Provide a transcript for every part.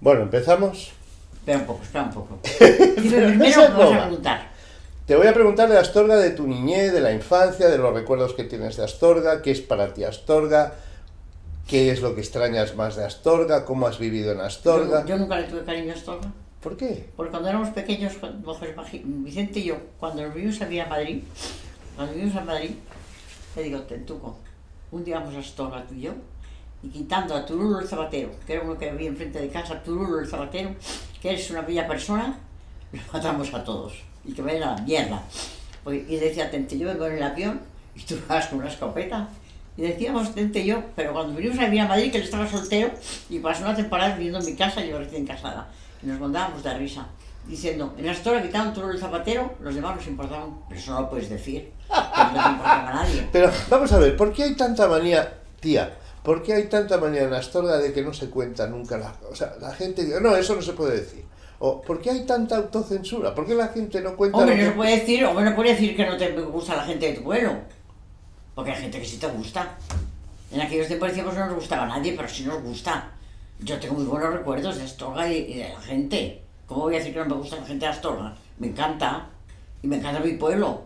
Bueno, empezamos. Espera un poco, espera un poco. Pero Dime no primero seas que me vas boba. a preguntar. Te voy a preguntar de Astorga, de tu niñez, de la infancia, de los recuerdos que tienes de Astorga, qué es para ti Astorga, qué es lo que extrañas más de Astorga, cómo has vivido en Astorga. Yo nunca le tuve cariño a Astorga, ¿Por qué? porque cuando éramos pequeños, Vicente y yo, cuando nos vimos a vivir a Madrid, le digo, Tentuco, un día vamos a Astorga tú y yo, y quitando a Turulo el Zapatero, que era uno que vivía enfrente de casa, Turulo el Zapatero, que eres una bella persona, los matamos a todos, y que vayan a la mierda. Y decía, Tente, yo vengo en el avión, y tú vas con una escopeta. Y decíamos, Tente y yo, pero cuando vinimos a vivir a Madrid, que él estaba soltero, y pasó una temporada viviendo en mi casa, yo recién casada, y nos mandábamos de risa, diciendo, en Astorga quitaron Turulo el Zapatero, los demás nos importaban, pero eso no lo puedes decir, porque no te importaba a nadie. Pero vamos a ver, ¿por qué hay tanta manía, tía? ¿Por qué hay tanta manía en Astorga de que no se cuenta nunca o sea, la gente dice, no, eso no se puede decir? ¿O por qué hay tanta autocensura? ¿Por qué la gente no cuenta Hombre, lo no que... se puede decir, hombre, no puede decir que no te gusta la gente de tu pueblo, porque hay gente que sí te gusta. En aquellos tiempos decíamos no nos gustaba a nadie, pero sí nos gusta. Yo tengo muy buenos recuerdos de Astorga y de la gente. ¿Cómo voy a decir que no me gusta la gente de Astorga? Me encanta. Y me encanta mi pueblo.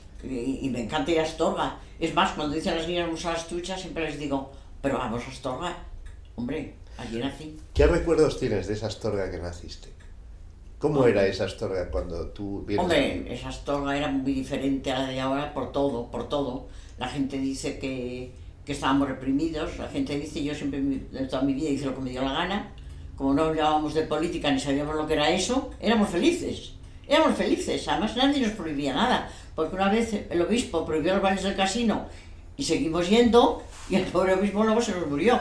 Y me encanta ir a Astorga. Es más, cuando dicen las niñas vamos a las truchas, siempre les digo, pero vamos a Astorga. Hombre, allí nací. ¿Qué recuerdos tienes de esa Astorga que naciste? ¿Cómo era esa Astorga cuando tú vienes? Hombre, esa Astorga era muy diferente a la de ahora por todo, por todo. La gente dice que estábamos reprimidos, la gente dice, yo siempre de toda mi vida hice lo que me dio la gana, como no hablábamos de política ni sabíamos lo que era eso, éramos felices, además nadie nos prohibía nada, porque una vez el obispo prohibió los bailes del casino y seguimos yendo, y el pobre obispo luego se nos murió.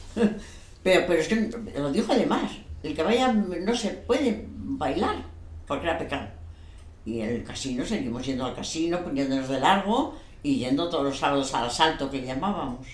Pero es que lo dijo además, el que vaya no se puede bailar, porque era pecado. Y en el casino seguimos yendo al casino, poniéndonos de largo y yendo todos los sábados al asalto que llamábamos.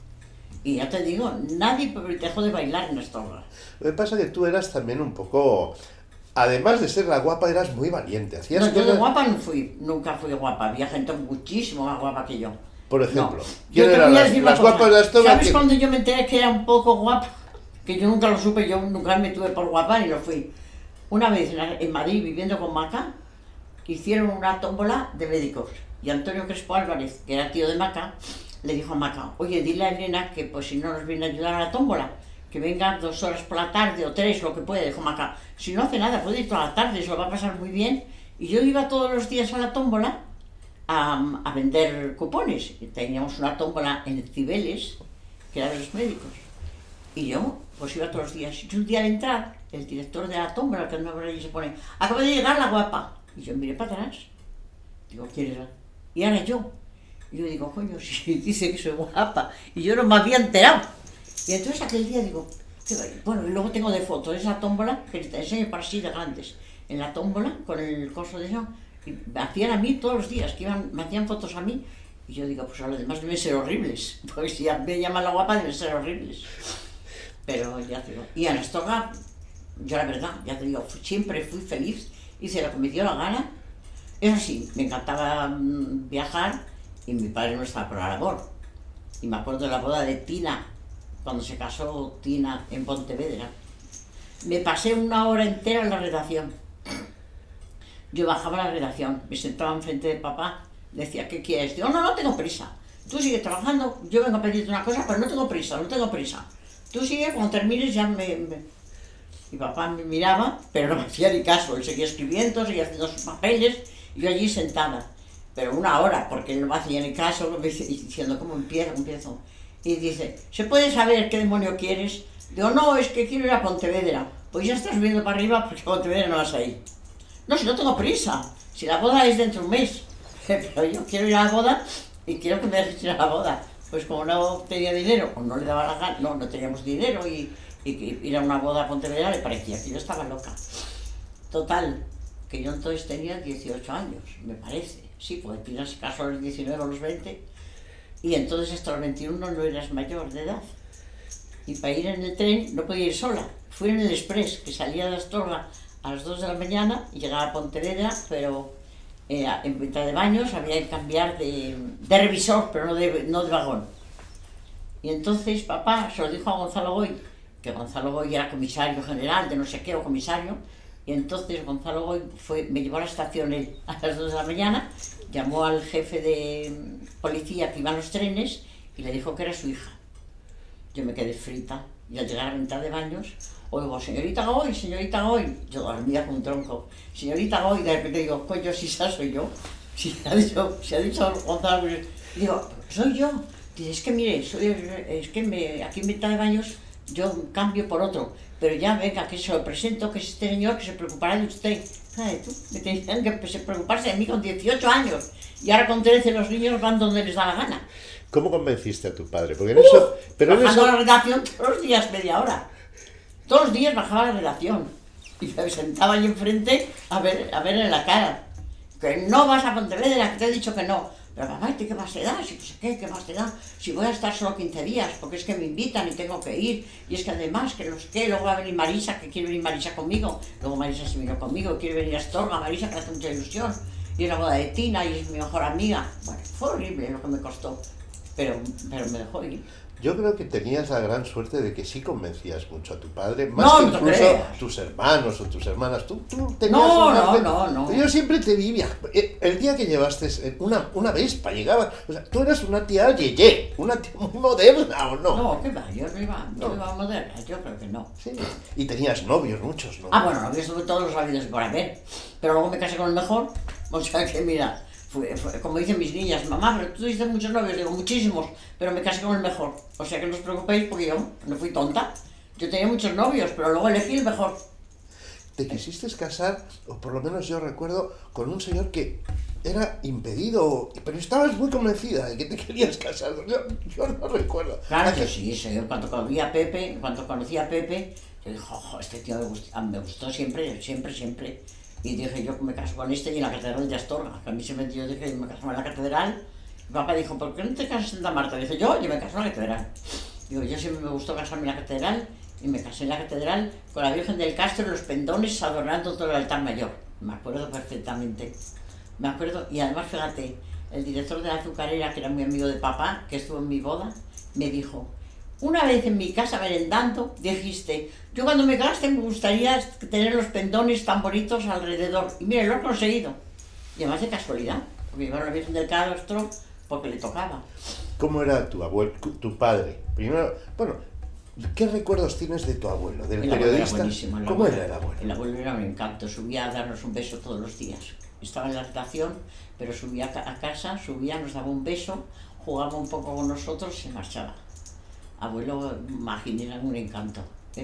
Y ya te digo, nadie dejó de bailar en Astorga. Lo que pasa es que tú eras también un poco... Además de ser la guapa, eras muy valiente. Hacías No, yo de cosas... guapa no fui, nunca fui guapa, había gente muchísimo más guapa que yo. Por ejemplo, No. ¿quién Yo te eran voy a las, decir las una cosa. guapas de Astorga? ¿Sabes cuando yo me enteré que era un poco guapa? Que yo nunca lo supe, yo nunca me tuve por guapa ni lo fui. Una vez en Madrid, viviendo con Maca, hicieron una tómbola de médicos. Y Antonio Crespo Álvarez, que era tío de Maca, le dijo a Maca, oye, dile a Elena que pues si no nos viene a ayudar a la tómbola, que venga 2 horas por la tarde o 3, lo que puede, dijo Maca. Si no hace nada, puede ir toda la tarde, se lo va a pasar muy bien. Y yo iba todos los días a la tómbola a vender cupones. Y teníamos una tómbola en Cibeles, que era de los médicos. Y yo, pues iba todos los días. Y un día al entrar, el director de la tómbola, que no por allí, se pone, acaba de llegar la guapa. Y yo miré para atrás. Digo, ¿quién era? Y ahora yo. Y yo digo, coño, si dice que soy guapa. Y yo no me había enterado. Y entonces aquel día digo, bueno, y luego tengo de fotos esa tómbola, que te enseño para así de grandes. En la tómbola, con el coso de eso, y me hacían a mí todos los días, que me hacían fotos a mí. Y yo digo, pues a los demás deben ser horribles. Porque si me llaman la guapa, deben ser horribles. Pero ya te digo. Y en Astorga, yo la verdad, ya te digo, siempre fui feliz, hice lo que me dio la gana. Eso sí, me encantaba viajar y mi padre no estaba por la labor. Y me acuerdo de la boda de Tina, cuando se casó Tina en Pontevedra. Me pasé 1 hora entera en la redacción. Yo bajaba a la redacción, me sentaba enfrente de papá, decía, ¿qué quieres? Digo, no tengo prisa. Tú sigue trabajando, yo vengo a pedirte una cosa, pero no tengo prisa. Tú sigue, cuando termines ya Mi papá me miraba, pero no me hacía ni caso. Él seguía escribiendo, seguía haciendo sus papeles, y yo allí sentada. Pero 1 hora, porque él no me hacía ni caso, me diciendo, ¿cómo empiezo? Y dice, ¿se puede saber qué demonio quieres? Digo, no, es que quiero ir a Pontevedra. Pues ya estás viendo para arriba, porque a Pontevedra no vas a ir. No, si no tengo prisa, si la boda es dentro de un mes. Pero yo quiero ir a la boda y quiero que me dejes ir a la boda. Pues como no tenía dinero, o no le daba la gana, no teníamos dinero y ir a una boda a Pontevedra le parecía que yo estaba loca. Total, que yo entonces tenía 18 años, me parece. Sí, porque Tina se casó a los 19 o los 20 y entonces hasta los 21 no eras mayor de edad. Y para ir en el tren no podía ir sola. Fui en el Express, que salía de Astorga a las 2 de la mañana y llegaba a Pontevedra, pero en venta de baños había que cambiar de revisor, pero no de vagón. Y entonces papá se lo dijo a Gonzalo Goy, que Gonzalo Goy era comisario general de no sé qué, o comisario, y entonces Gonzalo Goy me llevó a la estación él a las 2 de la mañana, llamó al jefe de policía que iba en los trenes y le dijo que era su hija. Yo me quedé frita, y al llegar a la ventana de baños, oigo, señorita Goy, yo dormía con un tronco, señorita Goy, de repente digo, coño, si esa soy yo, si ha dicho Gonzalo Goy, digo, soy yo. Dice, es que mire, aquí en ventana de baños yo cambio por otro, pero ya venga, que se lo presento, que es este señor que se preocupará de usted. ¿Sabes tú? Me tenían que preocuparse de mí con 18 años, y ahora con 13 los niños van donde les da la gana. ¿Cómo convenciste a tu padre? Porque en eso... Pero en bajando eso... la redacción todos los días, media hora. Todos los días bajaba la redacción y me sentaba ahí enfrente a ver en la cara. Que no vas a Pontevedra, que te he dicho que no. Pero mamá, ¿qué más te da? Si no sé qué más te da. Si voy a estar solo 15 días, porque es que me invitan y tengo que ir. Y es que además, que los que, luego va a venir Marisa, que quiere venir Marisa conmigo. Luego Marisa se vino conmigo, quiere venir a Astorga, Marisa, que hace mucha ilusión. Y la boda de Tina, y es mi mejor amiga. Bueno, fue horrible lo que me costó. Pero me dejó ir. Yo creo que tenías la gran suerte de que sí convencías mucho a tu padre, más que incluso tus hermanos o tus hermanas. Tú tenías no. Yo siempre te vi el día que llevaste una Vespa, llegaba, o sea, tú eras una tía yeye, una tía muy moderna, ¿o no? No, ¿qué va? Yo no iba moderna, yo creo que no. Sí. Y tenías novios, muchos novios. Ah, bueno, novios tuve todos los habidos por haber, pero luego me casé con el mejor, o sea que mira... Fue, como dicen mis niñas, mamá, pero tú dices muchos novios, digo muchísimos, pero me casé con el mejor. O sea que no os preocupéis porque yo no fui tonta. Yo tenía muchos novios, pero luego elegí el mejor. Te quisiste casar, o por lo menos yo recuerdo, con un señor que era impedido, pero estabas muy convencida de que te querías casar. Yo no recuerdo. Claro que sí, señor. Cuando conocí a Pepe, yo dije, ojo, este tío me gustó siempre. Y dije, yo me caso con este y en la catedral de Astorga. Que a mí siempre yo dije, me caso en la catedral. Y papá dijo, ¿por qué no te casas en Santa Marta? Dije, yo me caso en la catedral. Digo, yo siempre me gustó casarme en la catedral y me casé en la catedral con la Virgen del Castro y los pendones adornando todo el altar mayor. Me acuerdo perfectamente. Me acuerdo, y además fíjate, el director de la azucarera, que era muy amigo de papá, que estuvo en mi boda, me dijo, una vez en mi casa merendando, dijiste, yo cuando me case me gustaría tener los pendones tan bonitos alrededor. Y mire, lo he conseguido. Y además de casualidad, porque llevaron a la Virgen del Castro porque le tocaba. ¿Cómo era tu abuelo, tu padre? Primero, bueno, ¿qué recuerdos tienes de tu abuelo, del periodista? Era buenísimo, ¿Cómo era el abuelo? El abuelo era un encanto, subía a darnos un beso todos los días. Estaba en la estación, pero subía a casa, nos daba un beso, jugaba un poco con nosotros y se marchaba. Abuelo, imagínate, era un encanto.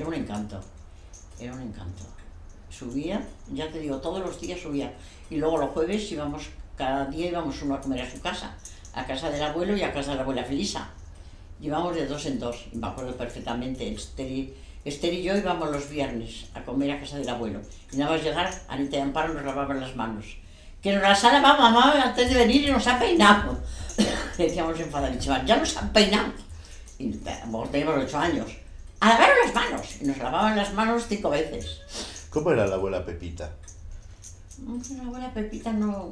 Subía, ya te digo, todos los días subía. Y luego los jueves cada día íbamos uno a comer a su casa. A casa del abuelo y a casa de la abuela Felisa. Íbamos de 2 en 2, y me acuerdo perfectamente. Esther y yo íbamos los viernes a comer a casa del abuelo. Y nada más llegar, Anita y Amparo nos lavaban las manos. Que nos las ha lavado mamá antes de venir y nos ha peinado. Decíamos enfadadísimas, ya nos han peinado. Y teníamos 8 años. A lavar las manos. Y nos lavaban las manos 5 veces. ¿Cómo era la abuela Pepita? La abuela Pepita no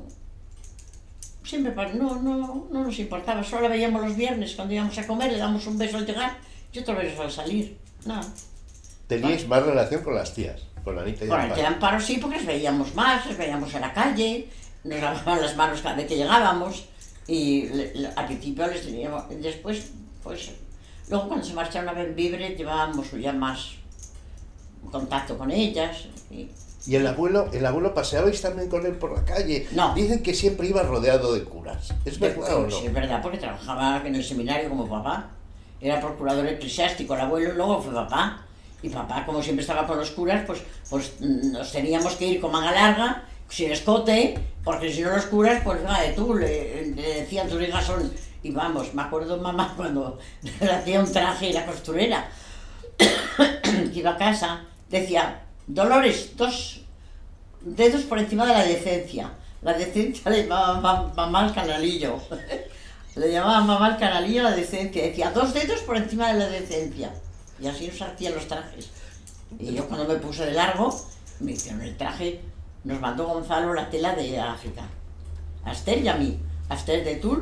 nos importaba. Solo la veíamos los viernes cuando íbamos a comer, le damos un beso al llegar y otro beso al salir. No. ¿Teníais más relación con las tías? Con Anita y Amparo. Con el Amparo sí, porque les veíamos más, les veíamos en la calle, nos lavaban las manos cada vez que llegábamos y al principio les teníamos, después pues luego cuando se marcharon a Benvibre llevábamos ya más contacto con ellas. ¿Y el abuelo paseabais también con él por la calle? No. Dicen que siempre iba rodeado de curas. ¿Es verdad o no? Sí, es verdad, porque trabajaba en el seminario como papá. Era procurador eclesiástico, el abuelo, luego fue papá. Y papá, como siempre estaba con los curas, pues nos teníamos que ir con manga larga, sin escote, porque si no los curas, pues tú, le decían, tus hijas son... Y vamos, me acuerdo mamá cuando le hacía un traje y la costurera, que iba a casa, decía, Dolores, 2 dedos por encima de la decencia. La decencia le llamaba mamá al canalillo. Le llamaba mamá al canalillo la decencia. Decía, 2 dedos por encima de la decencia. Y así nos hacían los trajes. Y yo cuando me puse de largo, me hicieron el traje, nos mandó Gonzalo la tela de África. A Esther y a mí. A Esther de tul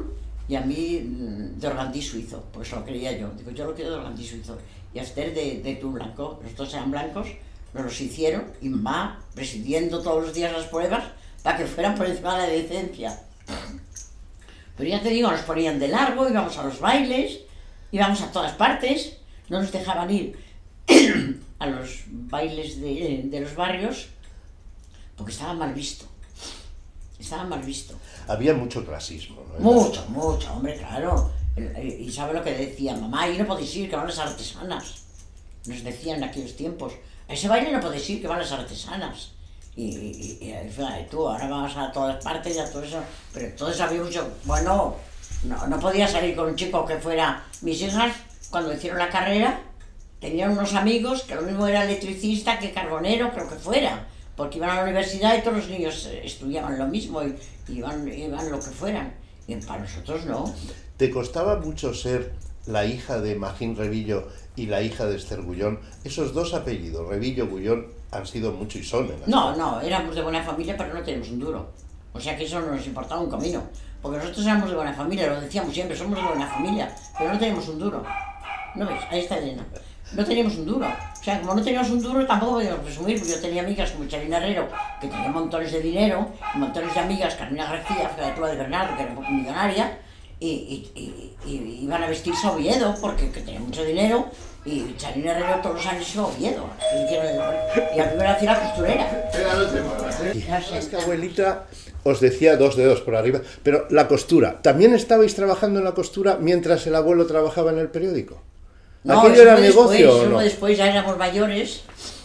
Y a mí de organdí suizo, porque eso lo quería yo. Digo, yo lo quiero de organdí suizo. Y a Esther de tul blanco. Los dos eran blancos, nos los hicieron y mamá presidiendo todos los días las pruebas para que fueran por encima de la decencia. Pero ya te digo, nos ponían de largo, íbamos a los bailes, íbamos a todas partes, no nos dejaban ir a los bailes de los barrios porque estaba mal visto. Estaba mal visto. Había mucho clasismo, ¿no? Mucho, mucho, hombre, claro. Y sabe lo que decía, mamá, ahí no podéis ir, que van las artesanas. Nos decían en aquellos tiempos, a ese baile no podéis ir, que van las artesanas. Y tú, ahora vamos a todas partes y a todo eso. Pero entonces había mucho, bueno, no podía salir con un chico que fuera. Mis hijas, cuando hicieron la carrera, tenían unos amigos que lo mismo era electricista que carbonero, que lo que fuera. Porque iban a la universidad y todos los niños estudiaban lo mismo y iban lo que fueran. Y para nosotros no. ¿Te costaba mucho ser la hija de Magín Revillo y la hija de Esther Gullón? Esos dos apellidos, Revillo, Gullón, han sido mucho y son en No, éramos de buena familia, pero no teníamos un duro. O sea que eso no nos importaba un comino. Porque nosotros éramos de buena familia, lo decíamos siempre, somos de buena familia, pero no teníamos un duro. ¿No ves? Ahí está Elena. No teníamos un duro. O sea, como no teníamos un duro, tampoco podíamos presumir, porque yo tenía amigas como Charina Herrero, que tenía montones de dinero, montones de amigas, Carolina García, Federico de Bernardo, que era millonaria, y iban a vestirse a Oviedo, porque tenía mucho dinero, y Charina Herrero todos los años iba a Oviedo. Y a mí me la hacía la costurera. Es que abuelita os decía 2 dedos por arriba, pero la costura, ¿también estabais trabajando en la costura mientras el abuelo trabajaba en el periódico? No, ¿Aquello era negocio o no? Después ya éramos mayores,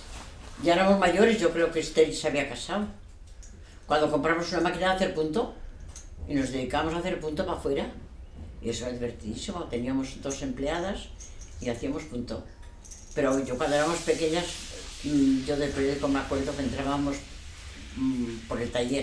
yo creo que Esther se había casado. Cuando compramos una máquina de hacer punto, y nos dedicábamos a hacer punto para afuera, y eso era divertidísimo, teníamos 2 empleadas y hacíamos punto. Pero yo cuando éramos pequeñas, yo del periódico me acuerdo que entrábamos por el taller,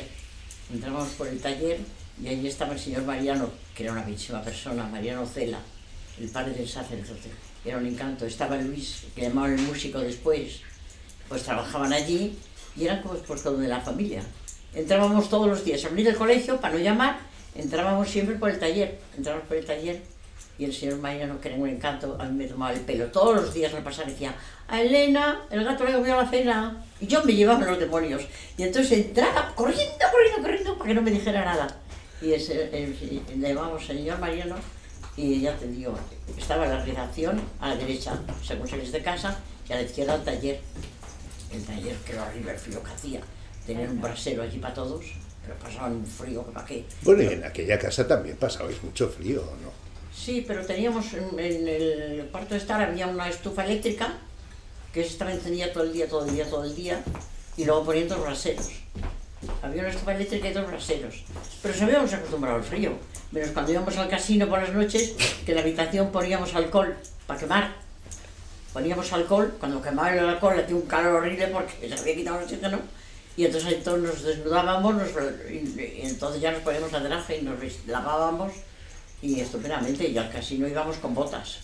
y allí estaba el señor Mariano, que era una bellísima persona, Mariano Cela, el padre del sacerdote, era un encanto. Estaba Luis, que llamaban el músico después, pues trabajaban allí y eran como de la familia. Entrábamos todos los días, a venir del colegio, para no llamar, entrábamos siempre por el taller, y el señor Mariano, que era un encanto, a mí me tomaba el pelo todos los días al pasar, decía, a Elena, el gato le comió la cena, y yo me llevaba los demonios, y entonces entraba corriendo, para que no me dijera nada, y le llamamos señor Mariano. Y ya te digo, estaba en la redacción, a la derecha, según sales de casa, y a la izquierda el taller. El taller, que era horrible el frío que hacía. Tenían un brasero allí para todos, pero pasaban un frío que para qué. Bueno, y en aquella casa también pasabais mucho frío, ¿no? Sí, pero teníamos en el cuarto de estar había una estufa eléctrica, que estaba encendida todo el día, y luego ponían 2 braseros. Había una estufa eléctrica y 2 braseros. Pero nos habíamos acostumbrado al frío. Menos cuando íbamos al casino por las noches, que en la habitación poníamos alcohol para quemar. Poníamos alcohol, cuando quemaba el alcohol hacía un calor horrible porque se había quitado el oxígeno. Y entonces nos desnudábamos, y entonces ya nos poníamos la traje y nos lavábamos. Y estupendamente, y al casino íbamos con botas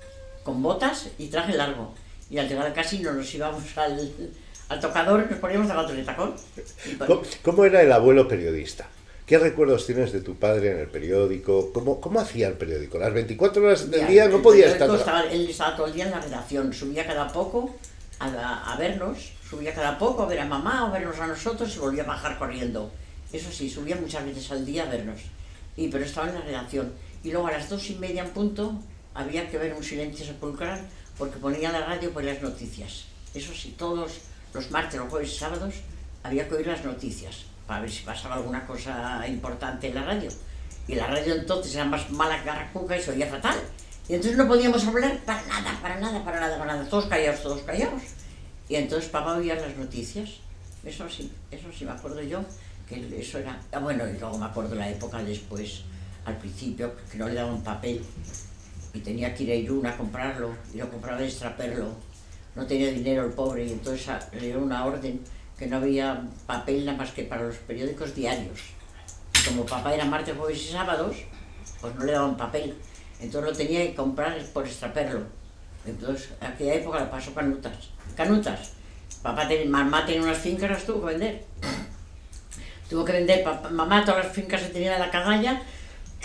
y traje largo. Y al llegar al casino nos íbamos al tocador y nos poníamos zapatos de tacón. ¿Cómo era el abuelo periodista? ¿Qué recuerdos tienes de tu padre en el periódico? ¿Cómo hacía el periódico? Las 24 horas del día no podía estar... Él estaba todo el día en la redacción, subía cada poco a vernos, subía cada poco a ver a mamá o a vernos a nosotros y volvía a bajar corriendo. Eso sí, subía muchas veces al día a vernos, pero estaba en la redacción. Y luego a las 2:30 en punto había que ver un silencio sepulcral porque ponía la radio por las noticias. Eso sí, todos los martes, los jueves y sábados había que oír las noticias para ver si pasaba alguna cosa importante en la radio. Y la radio entonces era más mala que garracuca y se oía fatal. Y entonces no podíamos hablar para nada. Todos callados. Y entonces papá oía las noticias. Eso sí me acuerdo yo, que eso era... Bueno, y luego me acuerdo la época después, al principio, que no le daban papel. Y tenía que ir a Irún a comprarlo, y lo compraba en Extraperlo. No tenía dinero el pobre, y entonces le dio una orden que no había papel nada más que para los periódicos diarios. Como papá era martes, jueves y sábados, pues no le daban papel. Entonces lo tenía que comprar por Extraperlo. Entonces, aquella época la pasó canutas. Mamá tenía unas fincas, las tuvo que vender. Tuvo que vender mamá todas las fincas que tenía de la Cagalla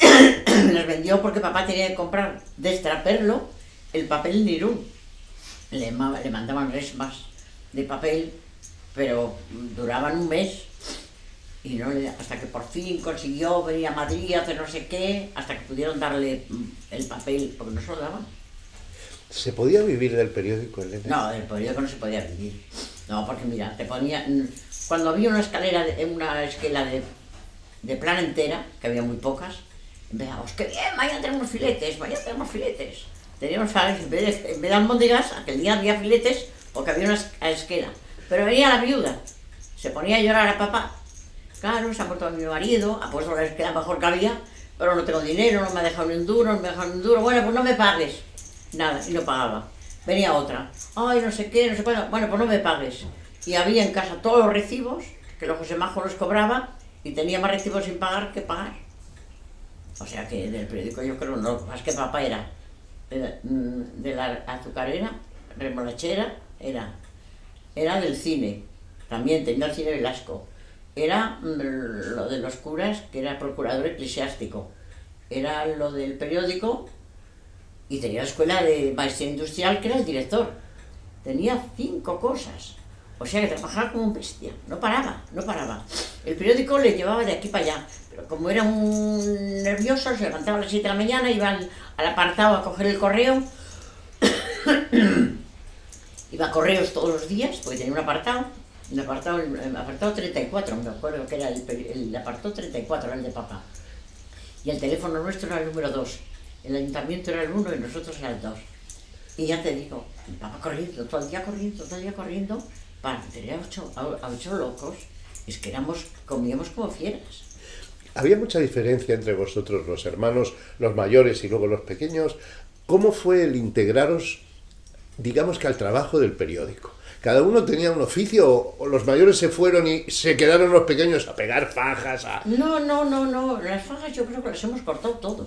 las vendió porque papá tenía que comprar de extraperlo el papel Nirún. Le mandaban resmas de papel, pero duraban un mes. Y no hasta que por fin consiguió venir a Madrid a hacer no sé qué, hasta que pudieron darle el papel, porque no se lo daban. ¿Se podía vivir del periódico, Elena? No, del periódico no se podía vivir. No, porque mira, te ponía... Cuando había una escalera, una esquela de plana entera, que había muy pocas, empezábamos, ¡qué bien! Mañana tenemos filetes, mañana tenemos filetes. Teníamos, en vez de almóndigas, aquel día había filetes, porque había una esquela. Pero venía la viuda, se ponía a llorar a papá. Claro, se ha muerto mi marido, ha puesto la esquela mejor que había, pero no tengo dinero, no me ha dejado ni un duro, no me ha dejado ni un duro. Bueno, pues no me pagues. Nada, y no pagaba. Venía otra, ay, no sé qué, no sé cuándo. Bueno, pues no me pagues. Y había en casa todos los recibos, que los José Majo los cobraba, y tenía más recibos sin pagar que pagar. O sea que del periódico yo creo no, más que papá era de la azucarera, remolachera, era del cine, también tenía el cine Velasco. Era lo de los curas, que era procurador eclesiástico. Era lo del periódico y tenía la escuela de maestría industrial, que era el director. Tenía 5 cosas. O sea que trabajaba como un bestia. No paraba. El periódico le llevaba de aquí para allá. Pero como era un nervioso, se levantaba a las 7 de la mañana, iba al apartado a coger el correo. Iba a correos todos los días, porque tenía un apartado. El apartado 34, me acuerdo que era el apartado 34, era el de papá. Y el teléfono nuestro era el número 2. El ayuntamiento era el 1 y nosotros era el 2. Y ya te digo, el papá corriendo, todo el día corriendo, para tener a 8 locos, es que comíamos como fieras. ¿Había mucha diferencia entre vosotros, los hermanos, los mayores y luego los pequeños? ¿Cómo fue el integraros, digamos que al trabajo del periódico? ¿Cada uno tenía un oficio o los mayores se fueron y se quedaron los pequeños a pegar fajas? No, las fajas yo creo que las hemos cortado todos.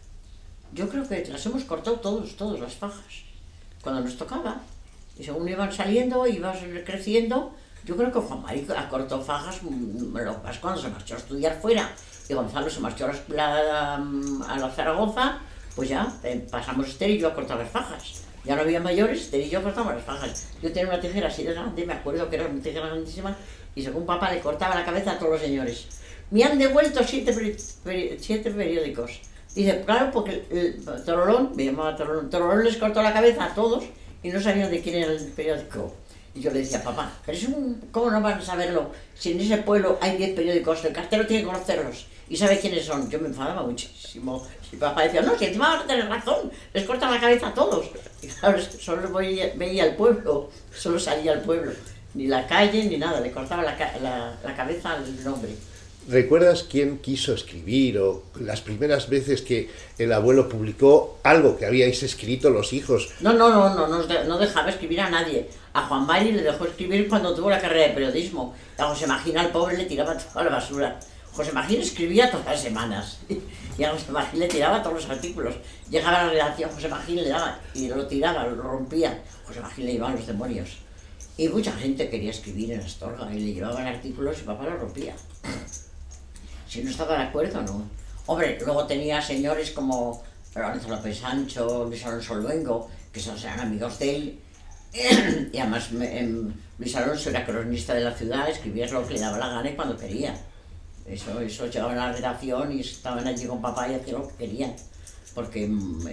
Todos las fajas. Cuando nos tocaba. Y según iban saliendo, ibas creciendo. Yo creo que Juan Mari cortó fajas cuando se marchó a estudiar fuera. Y Gonzalo se marchó a la Zaragoza, pues ya pasamos Esther y yo a cortar las fajas. Ya no había mayores, Esther y yo cortamos las fajas. Yo tenía una tijera así de grande, me acuerdo que era una tijera grandísima, y según papá le cortaba la cabeza a todos los señores. Me han devuelto 7 periódicos. Dice, claro, porque el Torolón, me llamaba Torolón les cortó la cabeza a todos y no sabían de quién era el periódico. Y yo le decía, papá, pero ¿cómo no van a saberlo? Si en ese pueblo hay 10 periódicos, el cartero tiene que conocerlos y sabe quiénes son. Yo me enfadaba muchísimo. Y papá decía, no, si encima vas a tener razón, les cortan la cabeza a todos. Y claro, solo veía el pueblo, solo salía al pueblo. Ni la calle, ni nada, le cortaba la cabeza al nombre. ¿Recuerdas quién quiso escribir o las primeras veces que el abuelo publicó algo que habíais escrito los hijos? No dejaba escribir a nadie. A Juan Mari le dejó escribir cuando tuvo la carrera de periodismo. A José Magín, al pobre, le tiraba toda la basura. José Magín escribía todas las semanas y a José Magín le tiraba todos los artículos. Llegaba a la redacción, José Magín le daba y lo tiraba, lo rompía. José Magín le llevaban los demonios. Y mucha gente quería escribir en Astorga y le llevaban artículos y papá lo rompía. Si no estaba de acuerdo, no. Hombre, luego tenía señores como Lorenzo López Sancho, Luis Alonso Luengo, que eran amigos de él. Y además Luis Alonso era cronista de la ciudad, escribía lo que le daba la gana y cuando quería. Eso llegaban a la redacción y estaban allí con papá y hacían lo que querían. Porque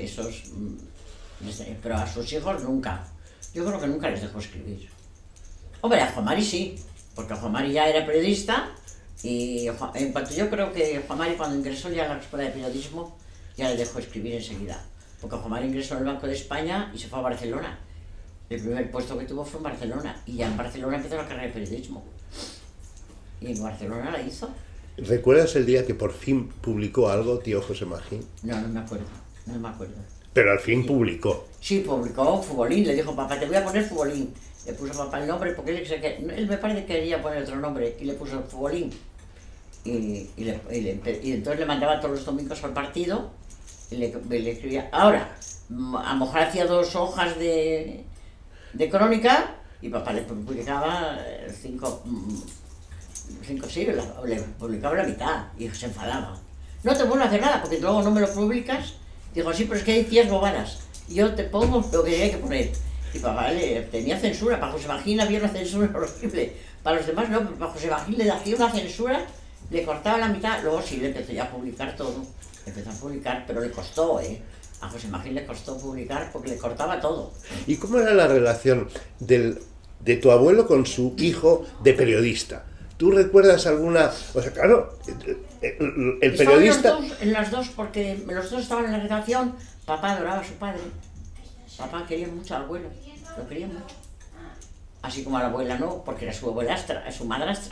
pero a sus hijos nunca. Yo creo que nunca les dejó escribir. Hombre, a Juan Mari sí, porque Juan Mari ya era periodista. Y en cuanto yo creo que Juan Mari, cuando ingresó ya a la escuela de periodismo, ya le dejó escribir enseguida. Porque Juan Mari ingresó en el Banco de España y se fue a Barcelona. El primer puesto que tuvo fue en Barcelona. Y ya en Barcelona empezó la carrera de periodismo. Y en Barcelona la hizo. ¿Recuerdas el día que por fin publicó algo, tío José Magín? No me acuerdo. Pero al fin publicó. Sí, publicó Futbolín. Le dijo, papá, te voy a poner Futbolín. Le puso papá el nombre porque él me parece que quería poner otro nombre y le puso Futbolín. Y entonces le mandaba todos los domingos al partido y le escribía. Ahora, a lo mejor hacía 2 hojas de crónica y papá le publicaba 5 siglos, le publicaba la mitad y se enfadaba. no te vuelvo a hacer nada, porque luego no me lo publicas. Digo, sí, pero es que hay tías bobadas. Yo te pongo lo que hay que poner. Y papá tenía censura, para José Magín había una censura horrible. Para los demás no, pero para José Magín le hacía una censura, le cortaba la mitad, luego sí le empezó ya a publicar todo. Empezó a publicar, pero le costó, A José Magín le costó publicar porque le cortaba todo. ¿Y cómo era la relación de tu abuelo con su hijo de periodista? ¿Tú recuerdas alguna...? O sea, claro, el periodista... En las dos, porque los dos estaban en la redacción. Papá adoraba a su padre. Papá quería mucho al abuelo, lo quería mucho. Así como a la abuela no, porque era su abuelastra, su madrastra.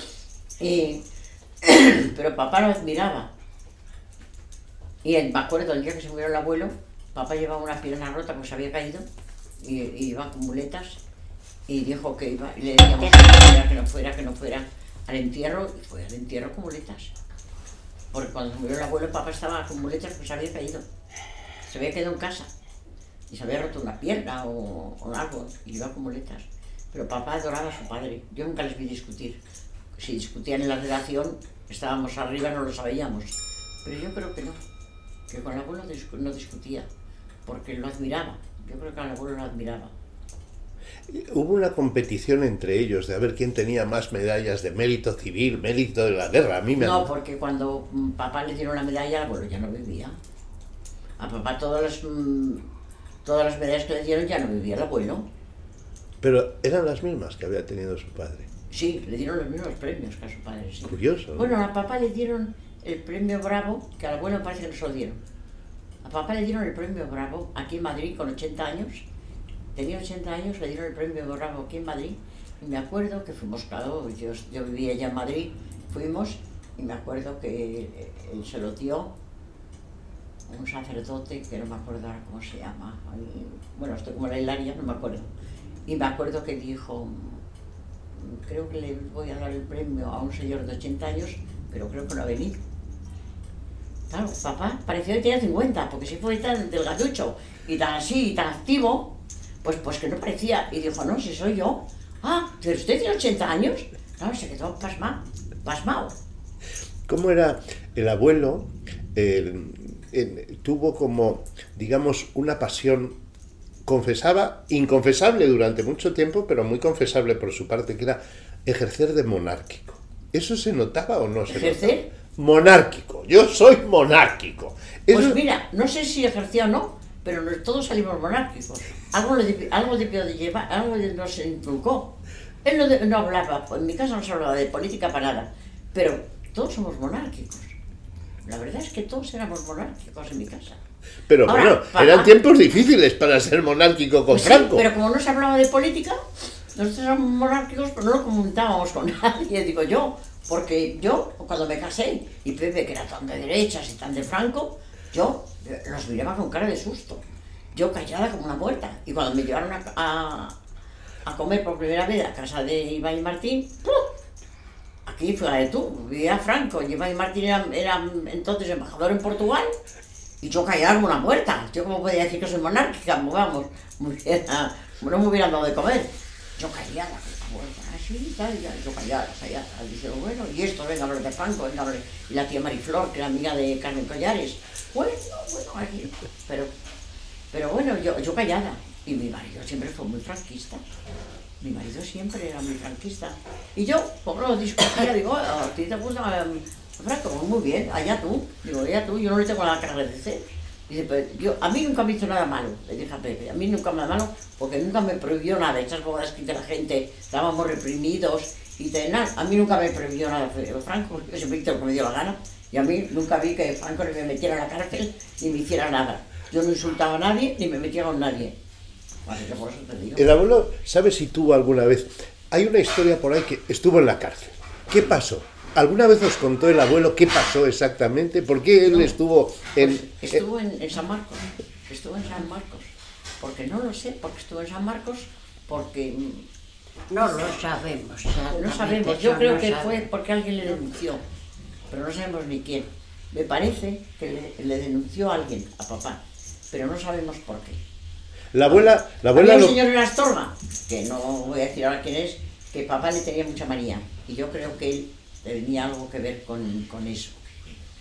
Pero papá lo admiraba. Y me acuerdo el día que se murió el abuelo, papá llevaba una pierna rota porque se había caído y iba con muletas y dijo que iba, y le decíamos que no fuera al entierro, y fue al entierro con muletas. Porque cuando se murió el abuelo, papá estaba con muletas porque se había caído. Se había quedado en casa y se había roto una pierna o algo y iba con muletas. Pero papá adoraba a su padre. Yo nunca les vi discutir. Si discutían en la redacción, estábamos arriba, no lo sabíamos. Pero yo creo que no, que con el abuelo no discutía, porque lo admiraba. Yo creo que al abuelo lo admiraba. Hubo una competición entre ellos de a ver quién tenía más medallas de mérito civil, mérito de la guerra. A mí me... No, porque cuando papá le dieron la medalla, el abuelo ya no vivía. A papá todas las medallas que le dieron ya no vivía el abuelo. Pero eran las mismas que había tenido su padre. Sí, le dieron los mismos premios que a su padre, sí. Curioso, ¿no? Bueno, a papá le dieron el premio Bravo, que al abuelo parece que no se lo dieron. A papá le dieron el premio Bravo aquí en Madrid con 80 años. Tenía 80 años, le dieron el premio Bravo aquí en Madrid. Y me acuerdo que fuimos, claro, yo vivía ya en Madrid, fuimos, y me acuerdo que él se lo dio un sacerdote, que no me acuerdo ahora cómo se llama. Bueno, estoy como la Hilaria, no me acuerdo. Y me acuerdo que dijo, creo que le voy a dar el premio a un señor de 80 años, pero creo que no ha venido. Claro, papá pareció que tenía 50, porque si fue tan delgaducho y tan así, y tan activo, pues que no parecía. Y dijo, no, si soy yo. Ah, pero usted tiene 80 años. Claro, se quedó pasmado. ¿Cómo era el abuelo? Tuvo como, digamos, una pasión, confesaba, inconfesable durante mucho tiempo, pero muy confesable por su parte, que era ejercer de monárquico. ¿Eso se notaba o no se notaba? ¿Ejercer? Monárquico, yo soy monárquico. Eso... Pues mira, no sé si ejercía o no, pero todos salimos monárquicos. Algo debió de llevar, algo nos inculcó. Él no hablaba, en mi casa no se hablaba de política para nada, pero todos somos monárquicos. La verdad es que todos éramos monárquicos en mi casa. Pero ahora, bueno, papá, eran tiempos difíciles para ser monárquico con pues Franco. Sí, pero como no se hablaba de política, nosotros éramos monárquicos, pero no lo comentábamos con nadie, digo yo. Porque yo, cuando me casé, y Pepe, que era tan de derechas y tan de Franco, yo los miraba con cara de susto. Yo callada como una muerta. Y cuando me llevaron a comer por primera vez a casa de Iván y Martín, ¡pum! Aquí, fíjate tú, vivía Franco, y Iván y Martín era entonces embajador en Portugal, y yo callada como una muerta. Yo como podía decir que soy monárquica, vamos, no me hubieran dado de comer. Yo callada como una muerta, así, tal, yo callada. Dice, bueno, y esto, venga, hablar de Franco, venga, hablar. Y la tía Mariflor, que era amiga de Carmen Collares. Bueno, aquí. Pero bueno, yo callada. Y mi marido siempre fue muy franquista. Mi marido siempre era muy franquista. Y yo, pobre, discutía, digo, ¿a ti te gusta Franco? Pues muy bien, allá tú. Digo, allá tú, yo no le tengo nada que agradecer. Dice, pero a mí nunca me hizo nada malo, le dije a Pepe, a mí nunca me malo, porque nunca me prohibió nada. Esas bodas que la gente, estábamos reprimidos y nada, a mí nunca me prohibió nada Franco, yo siempre hice lo que me dio la gana. Y a mí nunca vi que Franco ni me metiera en la cárcel ni me hiciera nada. Yo no insultaba a nadie ni me metía con nadie. Así que por eso te digo. El abuelo, ¿sabes si tuvo alguna vez? Hay una historia por ahí que estuvo en la cárcel. ¿Qué pasó? ¿Alguna vez os contó el abuelo qué pasó exactamente? ¿Por qué él estuvo en...? Pues estuvo en San Marcos. Estuvo en San Marcos. Porque no lo sé, porque estuvo en San Marcos, porque... No lo sabemos. No sabemos. Yo creo que fue porque alguien le denunció. Pero no sabemos ni quién. Me parece que le denunció a alguien, a papá. Pero no sabemos por qué. La abuela había un señor en Astorga, que no voy a decir ahora quién es, que papá le tenía mucha manía. Y yo creo que él tenía algo que ver con eso.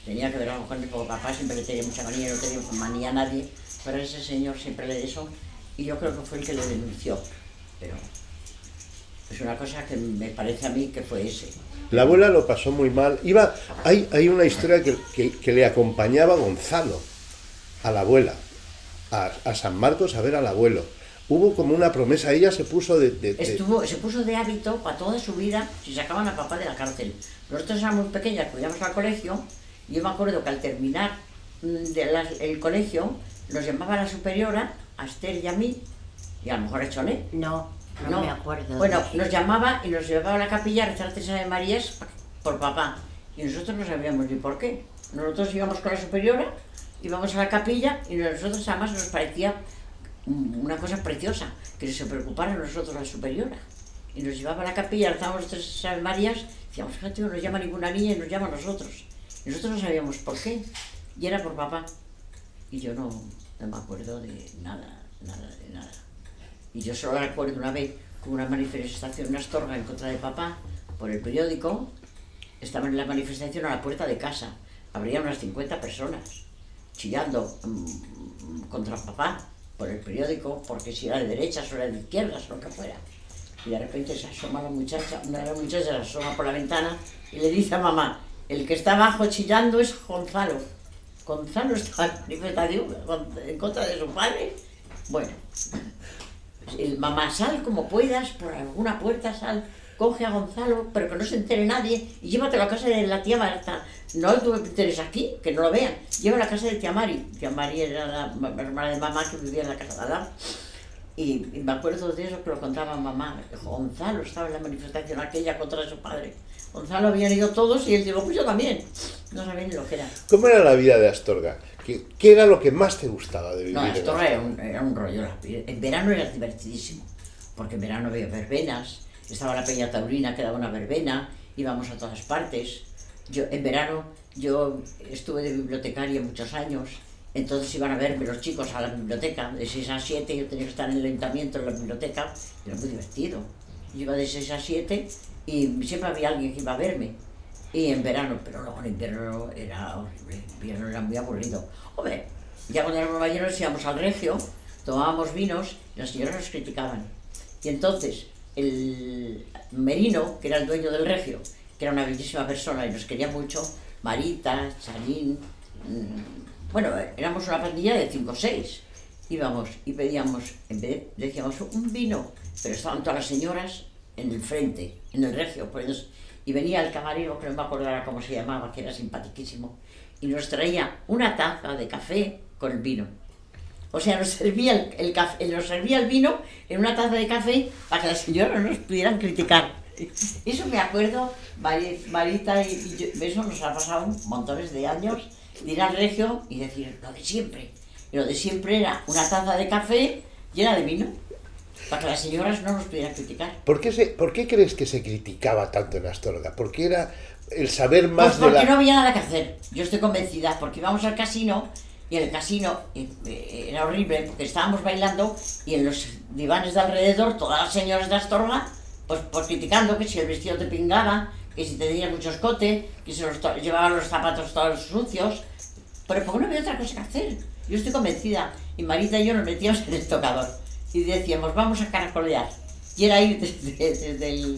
tenía que ver algo con él, porque papá siempre le tenía mucha manía, no tenía manía a nadie, pero ese señor siempre le eso, y yo creo que fue el que le denunció, pero es una cosa que me parece a mí que fue ese. La abuela lo pasó muy mal. Hay una historia que le acompañaba Gonzalo a la abuela, a San Marcos a ver al abuelo. Hubo como una promesa, ella se puso se puso de hábito para toda su vida si sacaban a papá de la cárcel. Nosotros éramos pequeñas, cuando íbamos al colegio, y yo me acuerdo que al terminar el colegio, nos llamaba la superiora, a Esther y a mí, y a lo mejor a Choné. No me acuerdo. Bueno, nos llamaba y nos llevaba a la capilla a rezar 3 Ave Marías por papá. Y nosotros no sabíamos ni por qué. Nosotros íbamos con la superiora, íbamos a la capilla y nosotros además nos parecía una cosa preciosa, que se preocupara de nosotros la superiora. Y nos llevaba a la capilla, rezábamos 3 Ave Marías, decíamos, fíjate, no nos llama ninguna niña y nos llama a nosotros. Y nosotros no sabíamos por qué. Y era por papá. Y yo no me acuerdo de nada. Y yo solo recuerdo una vez con una manifestación en Astorga en contra de papá, por el periódico. Estaban en la manifestación a la puerta de casa. Habría unas 50 personas chillando contra papá por el periódico, porque si era de derechas o era de izquierdas o lo que fuera. Y de repente se asoma la muchacha, una de las muchachas se asoma por la ventana y le dice a mamá, el que está abajo chillando es Gonzalo. Gonzalo está en manifestación en contra de su padre. Bueno, mamá, sal como puedas, por alguna puerta sal, coge a Gonzalo, pero que no se entere nadie, y llévatelo a casa de la tía Marta. No tú me enteres aquí, que no lo vean. Lleva a la casa de tía Mari. Tía Mari era la hermana de mamá que vivía en la casa de al lado. Y me acuerdo de eso que lo contaba mamá. Gonzalo estaba en la manifestación aquella contra su padre. Gonzalo habían ido todos y él dijo, pues yo también. No sabía ni lo que era. ¿Cómo era la vida de Astorga? ¿Qué era lo que más te gustaba de vivir? No, Astorga era un rollo. En verano era divertidísimo, porque en verano había verbenas, estaba la Peña Taurina que daba una verbena, íbamos a todas partes. En verano yo estuve de bibliotecaria muchos años, entonces iban a verme los chicos a la biblioteca, de 6 a 7, yo tenía que estar en el ayuntamiento, en la biblioteca, era muy divertido. Yo iba de 6 a 7 y siempre había alguien que iba a verme. Y en verano, pero luego en invierno era horrible, en invierno era muy aburrido. Hombre, ya cuando éramos mayores íbamos al Regio, tomábamos vinos y las señoras nos criticaban. Y entonces el Merino, que era el dueño del Regio, que era una bellísima persona y nos quería mucho, Marita, Charín, bueno, éramos una pandilla de 5 o 6. Íbamos y pedíamos, decíamos un vino, pero estaban todas las señoras en el frente, en el Regio, pues, y venía el camarero, que no me acordara cómo se llamaba, que era simpaticísimo, y nos traía una taza de café con el vino. O sea, nos servía el vino en una taza de café para que las señoras no nos pudieran criticar. Eso me acuerdo, Marita y yo, eso nos ha pasado montones de años, de ir al Regio y decir lo de siempre. Y lo de siempre era una taza de café llena de vino, para que las señoras no nos pudieran criticar. ¿Por qué crees que se criticaba tanto en Astorga? ¿Porque era el saber más pues porque no había nada que hacer, yo estoy convencida, porque íbamos al casino, y en el casino era horrible, porque estábamos bailando, y en los divanes de alrededor, todas las señoras de Astorga, pues criticando que si el vestido te pingaba, que si tenías mucho escote, que si llevaban los zapatos todos sucios, pero porque no había otra cosa que hacer. Yo estoy convencida, y Marita y yo nos metíamos en el tocador y decíamos, vamos a caracolear. Y era ir desde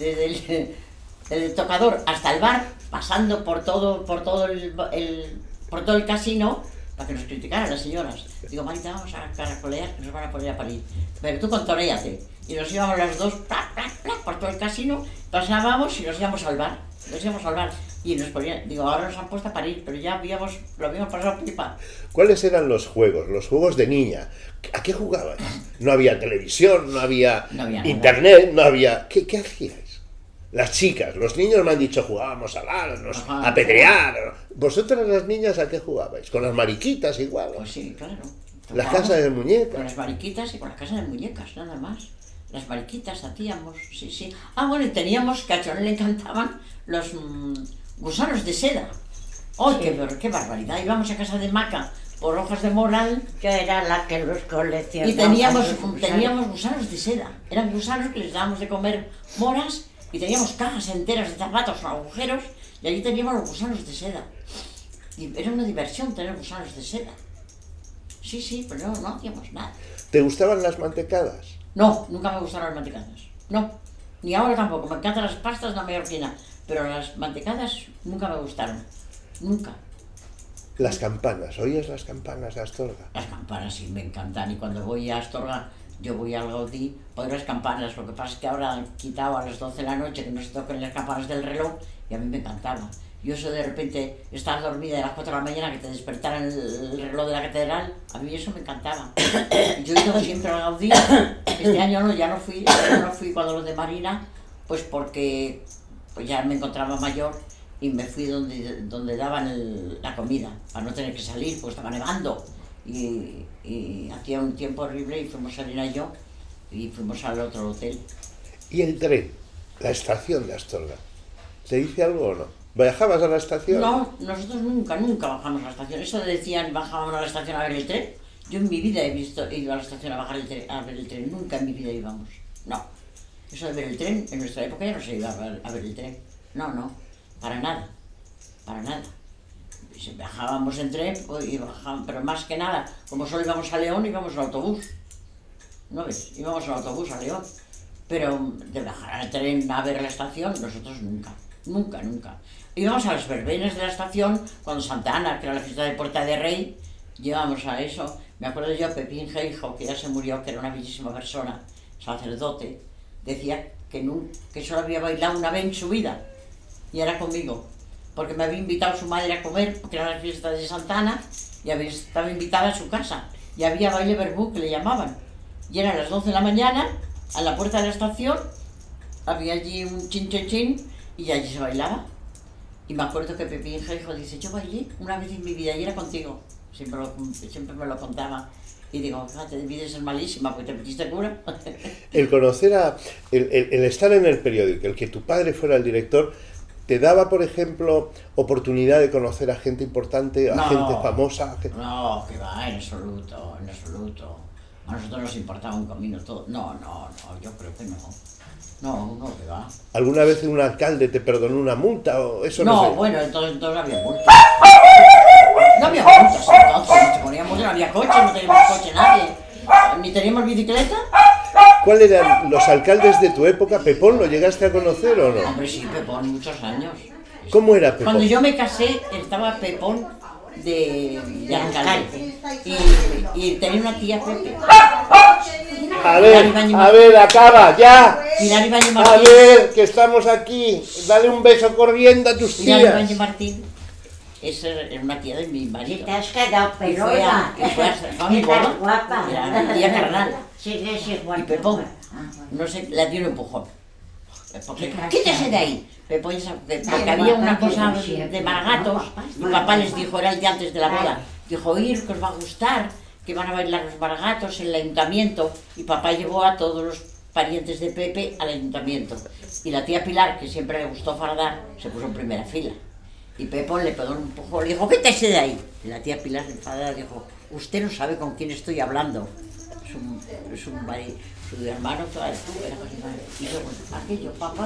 el tocador hasta el bar, pasando por todo el casino, para que nos criticaran las señoras. Digo, Marita, vamos a caracolear, que nos van a poner a parir. Pero tú contoréate. Y nos íbamos las dos, por todo el casino, pasábamos y nos íbamos al bar. Y nos ponían, digo, ahora nos han puesto a parir, pero ya lo habíamos pasado pipa. ¿Cuáles eran los juegos de niña? ¿A qué jugabais? No había televisión, no había internet, no había... ¿Qué hacíais? Las chicas, los niños me han dicho jugábamos a darnos, a pedrear. ¿Vosotras las niñas a qué jugabais? ¿Con las mariquitas igual? Pues sí, claro. ¿Las casas de muñecas? Con las mariquitas y con las casas de muñecas, nada más. Las mariquitas hacíamos, sí. Ah, bueno, y teníamos, que a Chonel le encantaban los gusanos de seda. ¡Oh, sí! qué barbaridad! Íbamos a casa de Maca por hojas de moral. Yo era la que los coleccionaba. Y teníamos gusanos de seda. Eran gusanos que les dábamos de comer moras y teníamos cajas enteras de zapatos con agujeros y allí teníamos los gusanos de seda. Y era una diversión tener gusanos de seda. Sí, sí, pero no hacíamos nada. ¿Te gustaban las mantecadas? No, nunca me gustaron las mantecadas. No, ni ahora tampoco. Me encantan las pastas de mallorquina, pero las mantecadas nunca me gustaron. Nunca. Las campanas, ¿oyes las campanas de Astorga? Las campanas sí me encantan. Y cuando voy a Astorga, yo voy al Gaudí, oigo las campanas. Lo que pasa es que ahora han quitado a las 12 de la noche que no se toquen las campanas del reloj y a mí me encantaba. Yo eso de repente, estar dormida a las 4 de la mañana, que te despertaran el reloj de la catedral, a mí eso me encantaba. Yo he ido siempre al Gaudí. Este año no, ya no fui cuando los de Marina, pues porque pues ya me encontraba mayor y me fui donde daban la comida, para no tener que salir, pues estaba nevando y hacía un tiempo horrible y fuimos Elena y yo y fuimos al otro hotel. ¿Y el tren? La estación de Astorga. ¿Te dice algo o no? ¿Viajabas a la estación? No, nosotros nunca bajamos a la estación. Eso decían, bajábamos a la estación a ver el tren. Yo en mi vida he ido a la estación a ver el tren. Nunca en mi vida íbamos. No. Eso de ver el tren, en nuestra época ya no se iba a ver el tren. No, para nada. Para nada. Si bajábamos en tren, pero más que nada, como solo íbamos a León, íbamos en autobús. ¿No ves? Íbamos en autobús a León. Pero de bajar al tren a ver la estación, nosotros nunca. Íbamos a las verbenas de la estación, cuando Santa Ana, que era la fiesta de Puerta de Rey, llevamos a eso. Me acuerdo yo, Pepín Geijo, que ya se murió, que era una bellísima persona, sacerdote, decía que solo había bailado una vez en su vida, y era conmigo, porque me había invitado su madre a comer, porque era la fiesta de Santa Ana, y estaba invitada a su casa, y había baile verbú, que le llamaban, y eran las 12 de la mañana, a la puerta de la estación, había allí un chin, y allí se bailaba. Y me acuerdo que Pepín Geijo dice, yo bailé una vez en mi vida y era contigo. Siempre me lo contaba. Y digo, fíjate, debí ser malísima porque te metiste cura. El conocer el estar en el periódico, el que tu padre fuera el director, ¿te daba, por ejemplo, oportunidad de conocer a gente importante, a gente famosa? No, que va, en absoluto. A nosotros nos importaba un comino todo. No, yo creo que no. No, que va. ¿Alguna vez un alcalde te perdonó una multa o eso no sé? Bueno, entonces no había multas. No había multas entonces, no había coche, no teníamos coche nadie. Ni teníamos bicicleta. ¿Cuáles eran los alcaldes de tu época? ¿Pepón lo llegaste a conocer o no? Hombre, sí, Pepón, muchos años. ¿Cómo era Pepón? Cuando yo me casé, estaba Pepón de alcalde. Y tenía una tía Pepe. A ver, acaba, ya. A ver, que estamos aquí. Dale un beso corriendo a tus tías. Pilar Ibañez Martín, esa era una tía de mi marido. Te has quedado pelona. Fue a mi boda. Guapa. Era mi tía carnal. Sigues igual. Y Pepón, no sé, le dio un empujón. Quítese de ahí. Pepón, porque había una cosa de maragatos. Mi papá les dijo, era el día antes de la boda. Dijo, ir, que os va a gustar, que van a bailar los maragatos en el ayuntamiento. Y papá llevó a todos los parientes de Pepe al ayuntamiento. Y la tía Pilar, que siempre le gustó fardar, se puso en primera fila. Y Pepón le pegó un empujón, le dijo, quítese de ahí. Y la tía Pilar, enfadada, dijo, usted no sabe con quién estoy hablando. Su hermano, toda era y yo, aquello, papá,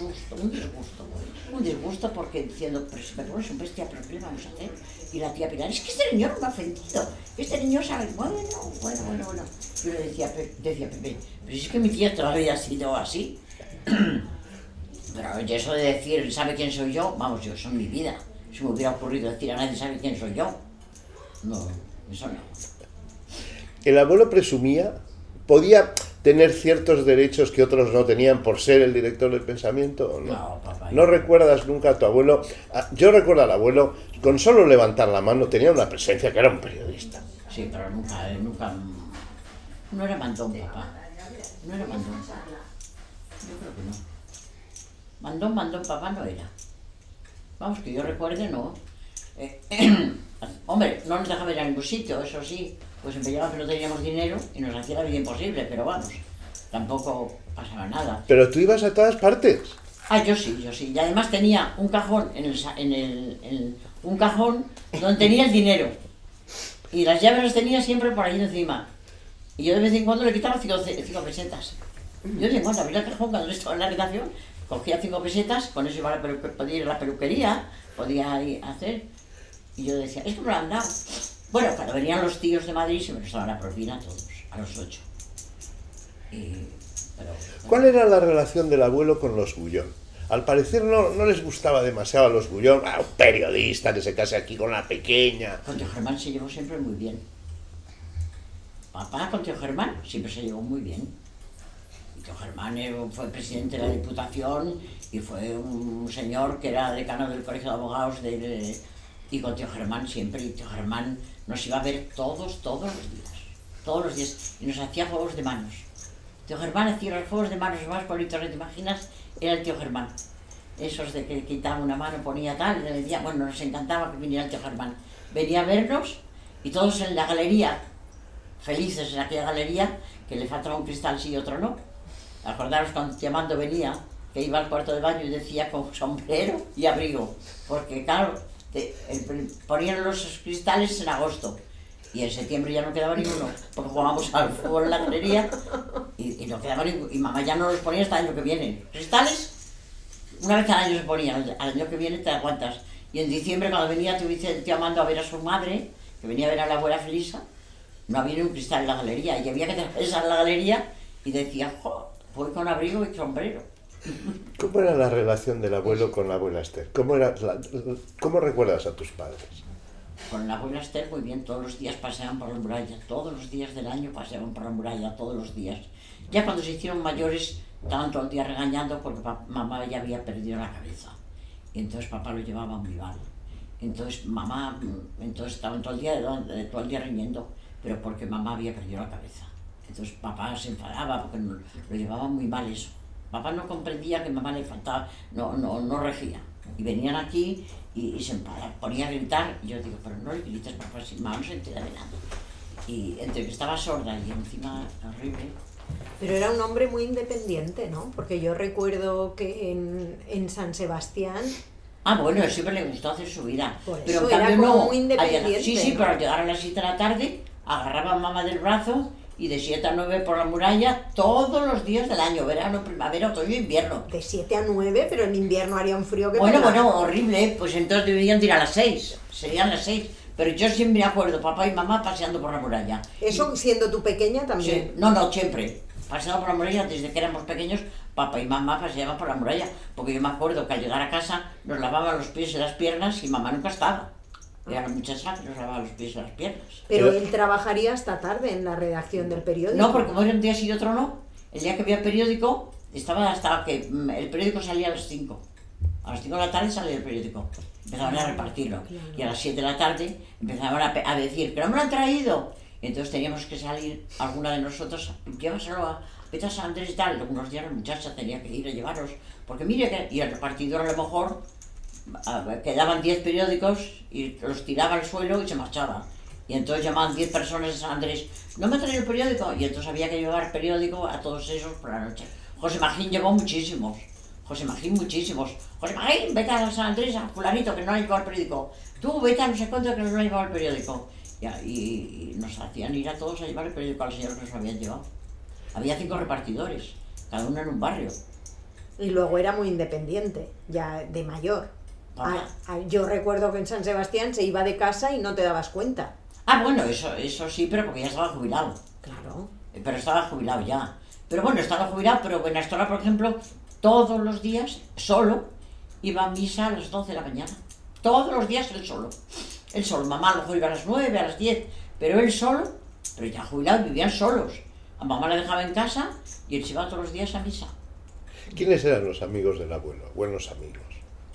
un disgusto porque diciendo, pero si me pones un bestia, pero ¿qué le vamos a hacer? Y la tía Pilar, es que este niño no me ha ofendido, este niño sabe, bueno. Yo le decía Pepe, pero es que mi tía todavía ha sido así. Pero eso de decir, ¿sabe quién soy yo? Vamos, yo, eso en mi vida. Si me hubiera ocurrido decir a nadie, ¿sabe quién soy yo? No, eso no. El abuelo presumía, podía tener ciertos derechos que otros no tenían por ser el director del pensamiento, ¿o no? No, papá. ¿No recuerdas nunca a tu abuelo? Yo recuerdo al abuelo, con solo levantar la mano tenía una presencia que era un periodista. Sí, pero nunca. No era mandón, papá. No era mandón. Yo creo que no. Mandón, papá no era. Vamos, que yo recuerde, no. Hombre, no nos dejaba ir a ningún sitio, eso sí. Pues empeñaba que no teníamos dinero y nos hacía la vida imposible, pero vamos, tampoco pasaba nada. Pero tú ibas a todas partes. Yo sí. Y además tenía un cajón un cajón donde tenía el dinero. Y las llaves las tenía siempre por ahí encima. Y yo de vez en cuando le quitaba 5 pesetas. Yo de vez en cuando abría el cajón cuando estaba en la habitación, cogía 5 pesetas, con eso podía ir a la peluquería, podía ir a hacer. Y yo decía, es que me lo han dado. Bueno, cuando venían los tíos de Madrid se me los daban a propina a todos, a los 8. ¿Cuál era la relación del abuelo con los Bullón? Al parecer no les gustaba demasiado a los Bullón, a un periodista que se case aquí con la pequeña. Con tío Germán se llevó siempre muy bien. Papá con tío Germán siempre se llevó muy bien. Y tío Germán fue presidente de la Diputación y fue un señor que era decano del Colegio de Abogados y con tío Germán siempre. Y tío Germán nos iba a ver todos los días. Y nos hacía juegos de manos. Tío Germán hacía los juegos de manos más bonitos que te imaginas, era el tío Germán. Esos de que quitaba una mano, ponía tal, y le decía, bueno, nos encantaba que viniera el tío Germán. Venía a vernos y todos en la galería, felices en aquella galería, que le faltaba un cristal sí y otro no. Acordaros cuando tío Amando venía, que iba al cuarto de baño y decía con sombrero y abrigo, porque claro, ponían los cristales en agosto. Y en septiembre ya no quedaba ninguno, porque jugábamos al fútbol en la galería y no quedaba ninguno. Y mamá ya no los ponía hasta el año que viene. Cristales, una vez al año se ponían, al año que viene te aguantas. Y en diciembre, cuando venía tío Amando a ver a su madre, que venía a ver a la abuela Felisa, no había ni un cristal en la galería. Y había que atravesar la galería y decía, jo, voy con abrigo y sombrero. ¿Cómo era la relación del abuelo con la abuela Esther? ¿Cómo recuerdas a tus padres? Con la abuela Esther muy bien, todos los días paseaban por la muralla, todos los días del año paseaban por la muralla, todos los días. Ya cuando se hicieron mayores, estaban todo el día regañando porque mamá ya había perdido la cabeza. Y entonces papá lo llevaba muy mal. Entonces mamá, estaban todo el día riñendo, pero porque mamá había perdido la cabeza. Entonces papá se enfadaba porque lo llevaba muy mal eso. Papá no comprendía que mamá le faltaba, no regía. Y venían aquí y se ponía a gritar, y yo digo, pero no le grites, papá, si mamá no se entera de nada. Y entre que estaba sorda y encima horrible. Pero era un hombre muy independiente, ¿no? Porque yo recuerdo que en San Sebastián... Ah, bueno, siempre le gustó hacer su vida. Por eso pero en era cambio como no. muy independiente. Sí, pero al llegar a las 7 de la tarde, agarraba a mamá del brazo y de 7 a 9 por la muralla todos los días del año, verano, primavera, otoño e invierno. De 7 a 9, pero en invierno haría un frío que... Bueno, horrible, pues entonces deberían ir a las 6, serían las 6. Pero yo siempre me acuerdo, papá y mamá paseando por la muralla. Eso siendo tú pequeña también. Sí, no, siempre. Paseando por la muralla, desde que éramos pequeños, papá y mamá paseaban por la muralla. Porque yo me acuerdo que al llegar a casa nos lavaban los pies y las piernas y mamá nunca estaba. Era la muchacha que nos lavaba los pies y las piernas. Pero él trabajaría hasta tarde en la redacción del periódico. No, porque como era un día sí y otro no. El día que había periódico, estaba hasta que el periódico salía a las 5. A las 5 de la tarde salía el periódico. Empezaban a repartirlo. Claro. Y a las 7 de la tarde empezaban a decir, que no me lo han traído. Y entonces teníamos que salir, alguna de nosotros, llévaselo vete a San Andrés y tal. Algunos días la muchacha tenía que ir a llevarlos. Porque mire que... Y el repartidor a lo mejor... quedaban 10 periódicos y los tiraba al suelo y se marchaba. Y entonces llamaban 10 personas de San Andrés, no me traen el periódico, y entonces había que llevar periódico a todos esos por la noche. José Magín llevó muchísimos. José Magín, vete a San Andrés, a fulanito que no ha llevado el periódico. Tú vete a no sé cuánto que no ha llevado el periódico. Y nos hacían ir a todos a llevar el periódico al señor que nos lo habían llevado. Había 5 repartidores, cada uno en un barrio. Y luego era muy independiente, ya de mayor. Yo recuerdo que en San Sebastián se iba de casa y no te dabas cuenta. Ah, bueno, eso sí, pero porque ya estaba jubilado. Claro. Pero estaba jubilado ya. Pero bueno, estaba jubilado, pero Buenastola, por ejemplo, todos los días, solo, iba a misa a las 12 de la mañana. Todos los días él solo. Él solo. Mamá a lo mejor iba a las 9, a las 10, pero él solo, pero ya jubilado, vivían solos. A mamá la dejaba en casa y él se iba todos los días a misa. ¿Quiénes eran los amigos del abuelo? Buenos amigos.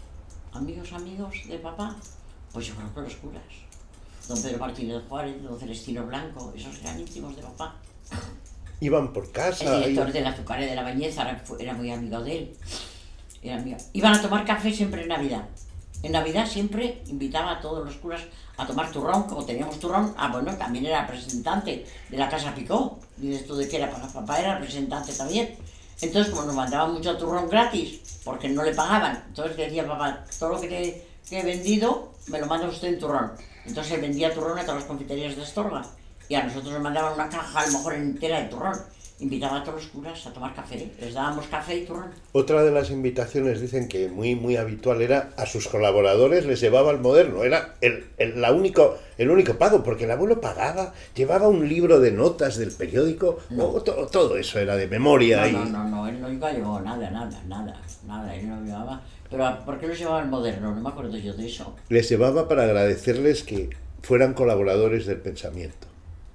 Amigos de papá, pues yo creo que los curas. Don Pedro Martínez Juárez, don Celestino Blanco, esos eran íntimos de papá. Iban por casa. El director del Azucar de la Bañeza era muy amigo de él. Iban a tomar café siempre en Navidad. En Navidad siempre invitaba a todos los curas a tomar turrón, como teníamos turrón. Ah, bueno, también era representante de la Casa Picó. Dices tú de qué era, papá era representante también. Entonces, como nos mandaban mucho turrón gratis, porque no le pagaban, entonces decía papá, todo lo que he vendido, me lo manda usted en turrón. Entonces él vendía turrón a todas las confiterías de Astorga, y a nosotros nos mandaban una caja, a lo mejor entera de turrón. invitaba a todos los curas a tomar café, les dábamos café y turrón. Otra de las invitaciones, dicen que muy habitual, era a sus colaboradores les llevaba al Moderno. Era el único pago, porque el abuelo pagaba, llevaba un libro de notas del periódico, todo eso era de memoria. No, él nunca llevó nada, él no llevaba. Pero ¿por qué los llevaba al Moderno? No me acuerdo yo de eso. Les llevaba para agradecerles que fueran colaboradores del pensamiento.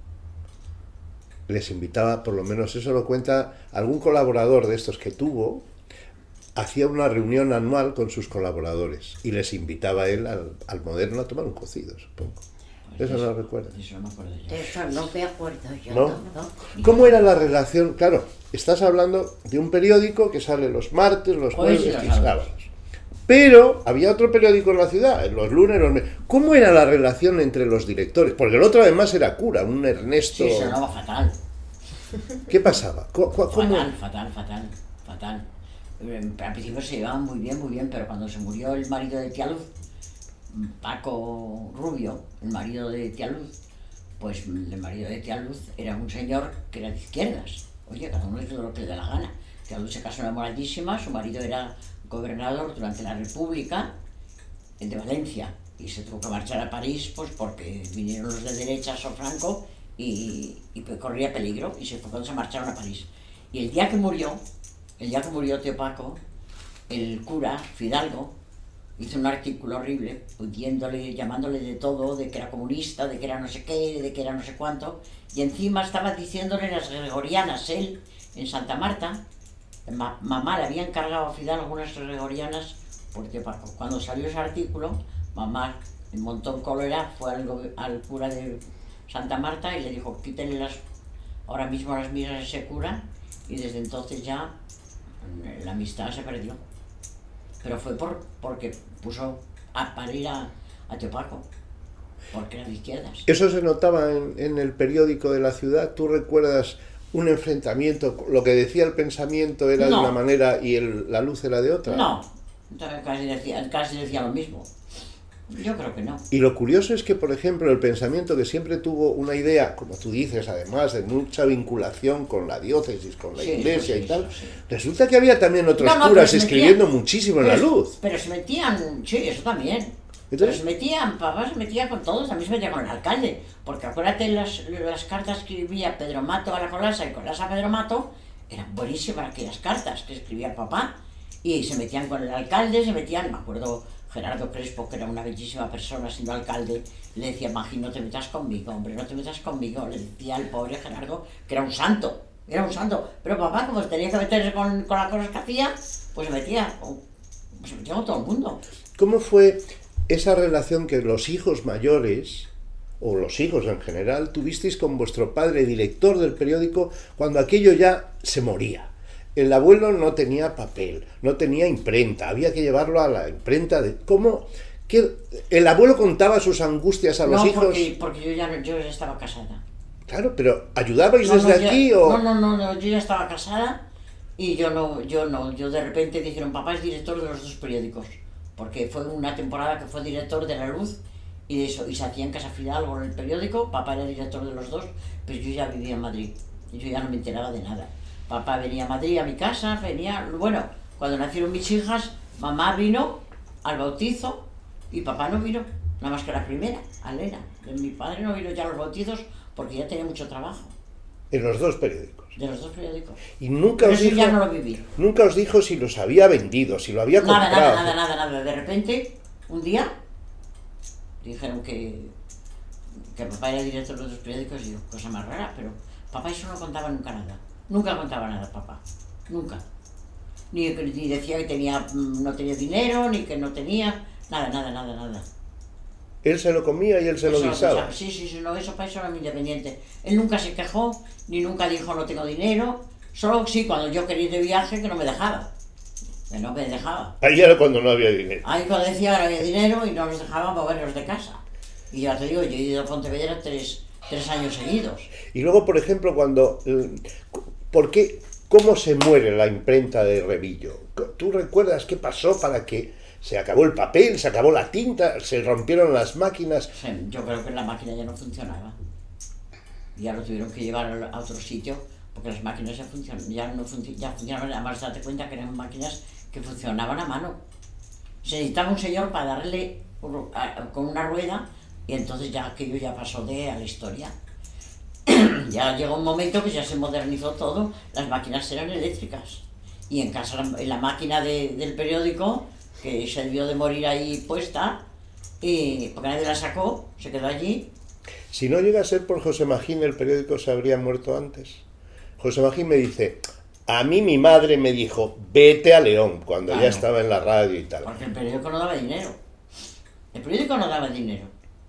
Les invitaba, por lo menos eso lo cuenta algún colaborador de estos que tuvo, hacía una reunión anual con sus colaboradores y les invitaba a él al Moderno a tomar un cocido, supongo. Pues eso no lo recuerdas. Eso no me acuerdo yo. De eso no me acuerdo yo. ¿No? No. ¿Cómo era la relación? Claro, estás hablando de un periódico que sale los martes, los jueves y los sábados. Pero había otro periódico en la ciudad, los lunes, ¿Cómo era la relación entre los directores? Porque el otro además era cura, un Ernesto... Sí, sonaba fatal. ¿Qué pasaba? ¿Cómo? Fatal. Al principio se llevaban muy bien, pero cuando se murió el marido de Tía Luz, Paco Rubio, el marido de Tía Luz, pues el marido de Tía Luz era un señor que era de izquierdas. Oye, cada uno hizo lo que le dé la gana. Tía Luz se casó enamoradísima, su marido era gobernador durante la República de Valencia y se tuvo que marchar a París pues porque vinieron los de derechas o Franco y pues corría peligro y se fue cuando se marcharon a París. Y el día que murió tío Paco, el cura Fidalgo hizo un artículo horrible llamándole de todo, de que era comunista, de que era no sé qué, de que era no sé cuánto, y encima estaba diciéndole las gregorianas, él en Santa Marta. Mamá le había encargado a Fidalgo algunas gregorianas porque cuando salió ese artículo, mamá en montón cólera fue al cura de Santa Marta y le dijo, quítenle ahora mismo las misas a ese cura, y desde entonces ya la amistad se perdió. Pero fue porque puso a parir a Tío Paco, porque era de izquierdas. Eso se notaba en el periódico de la ciudad. ¿Tú recuerdas un enfrentamiento? Lo que decía el pensamiento era de una manera y la luz era de otra. No, casi decía lo mismo. Yo creo que no. Y lo curioso es que, por ejemplo, el pensamiento, que siempre tuvo una idea, como tú dices, además de mucha vinculación con la diócesis, con la iglesia y tal, resulta que había también otros curas escribiendo muchísimo en la luz. Pero se metían, sí, eso también. Pero se metían, papá se metía con todos, también se metía con el alcalde, porque acuérdate las cartas que escribía Pedro Mato a la Colasa y Colasa a Pedro Mato, eran buenísimas aquellas cartas que escribía el papá, y se metían con el alcalde, me acuerdo Gerardo Crespo, que era una bellísima persona siendo alcalde, le decía, Magi, no te metas conmigo, hombre, no te metas conmigo, le decía al pobre Gerardo, que era un santo, pero papá, como tenía que meterse con las cosas que hacía, pues se metía con todo el mundo. ¿Cómo fue esa relación que los hijos mayores, o los hijos en general, tuvisteis con vuestro padre, director del periódico, cuando aquello ya se moría? El abuelo no tenía papel, no tenía imprenta, había que llevarlo a la imprenta de... ¿Cómo? ¿El abuelo contaba sus angustias a los hijos? Porque yo ya estaba casada. Claro, pero ¿ayudabais desde aquí o...? No, yo ya estaba casada y yo de repente dijeron, papá es director de los dos periódicos, porque fue una temporada que fue director de La Luz y de eso, y se hacía en Casa Fidalgo en el periódico, papá era director de los dos, pero yo ya vivía en Madrid y yo ya no me enteraba de nada. Papá venía a Madrid, a mi casa, bueno, cuando nacieron mis hijas, mamá vino al bautizo y papá no vino, nada más que la primera, Alena. Mi padre no vino ya a los bautizos porque ya tenía mucho trabajo. En los dos periódicos. De los dos periódicos. Y nunca os dijo, ya no lo viví. Nunca os dijo si los había vendido, si lo había comprado. Nada. De repente, un día, dijeron que papá era director de los dos periódicos y yo, cosa más rara, pero papá eso no contaba nunca nada. Nunca contaba nada, papá. Nunca. Ni decía que no tenía dinero, ni que no tenía... Nada. Él se lo comía y él se lo guisaba. Sí, no, eso para eso era muy independiente. Él nunca se quejó, ni nunca dijo no tengo dinero. Solo sí, cuando yo quería ir de viaje, que no me dejaba. Que no me dejaba. Ahí era cuando no había dinero. Ahí cuando decía que no había dinero y no nos dejaban movernos de casa. Y ya te digo, yo he ido a Pontevedra tres años seguidos. Y luego, por ejemplo, ¿cómo se muere la imprenta de Revillo? ¿Tú recuerdas qué pasó para que se acabó el papel, se acabó la tinta, se rompieron las máquinas? Sí, yo creo que la máquina ya no funcionaba. Ya lo tuvieron que llevar a otro sitio porque las máquinas ya funcionaban, además date cuenta que eran máquinas que funcionaban a mano. Se necesitaba un señor para darle con una rueda, y entonces ya aquello ya pasó a la historia. Ya llegó un momento que ya se modernizó todo, las máquinas eran eléctricas. Y en casa, en la máquina del periódico, que se debió de morir ahí puesta, porque nadie la sacó, se quedó allí. Si no llega a ser por José Magín, el periódico se habría muerto antes. José Magín me dice, a mí mi madre me dijo, vete a León, cuando ya estaba en la radio y tal. Porque el periódico no daba dinero. El periódico no daba dinero.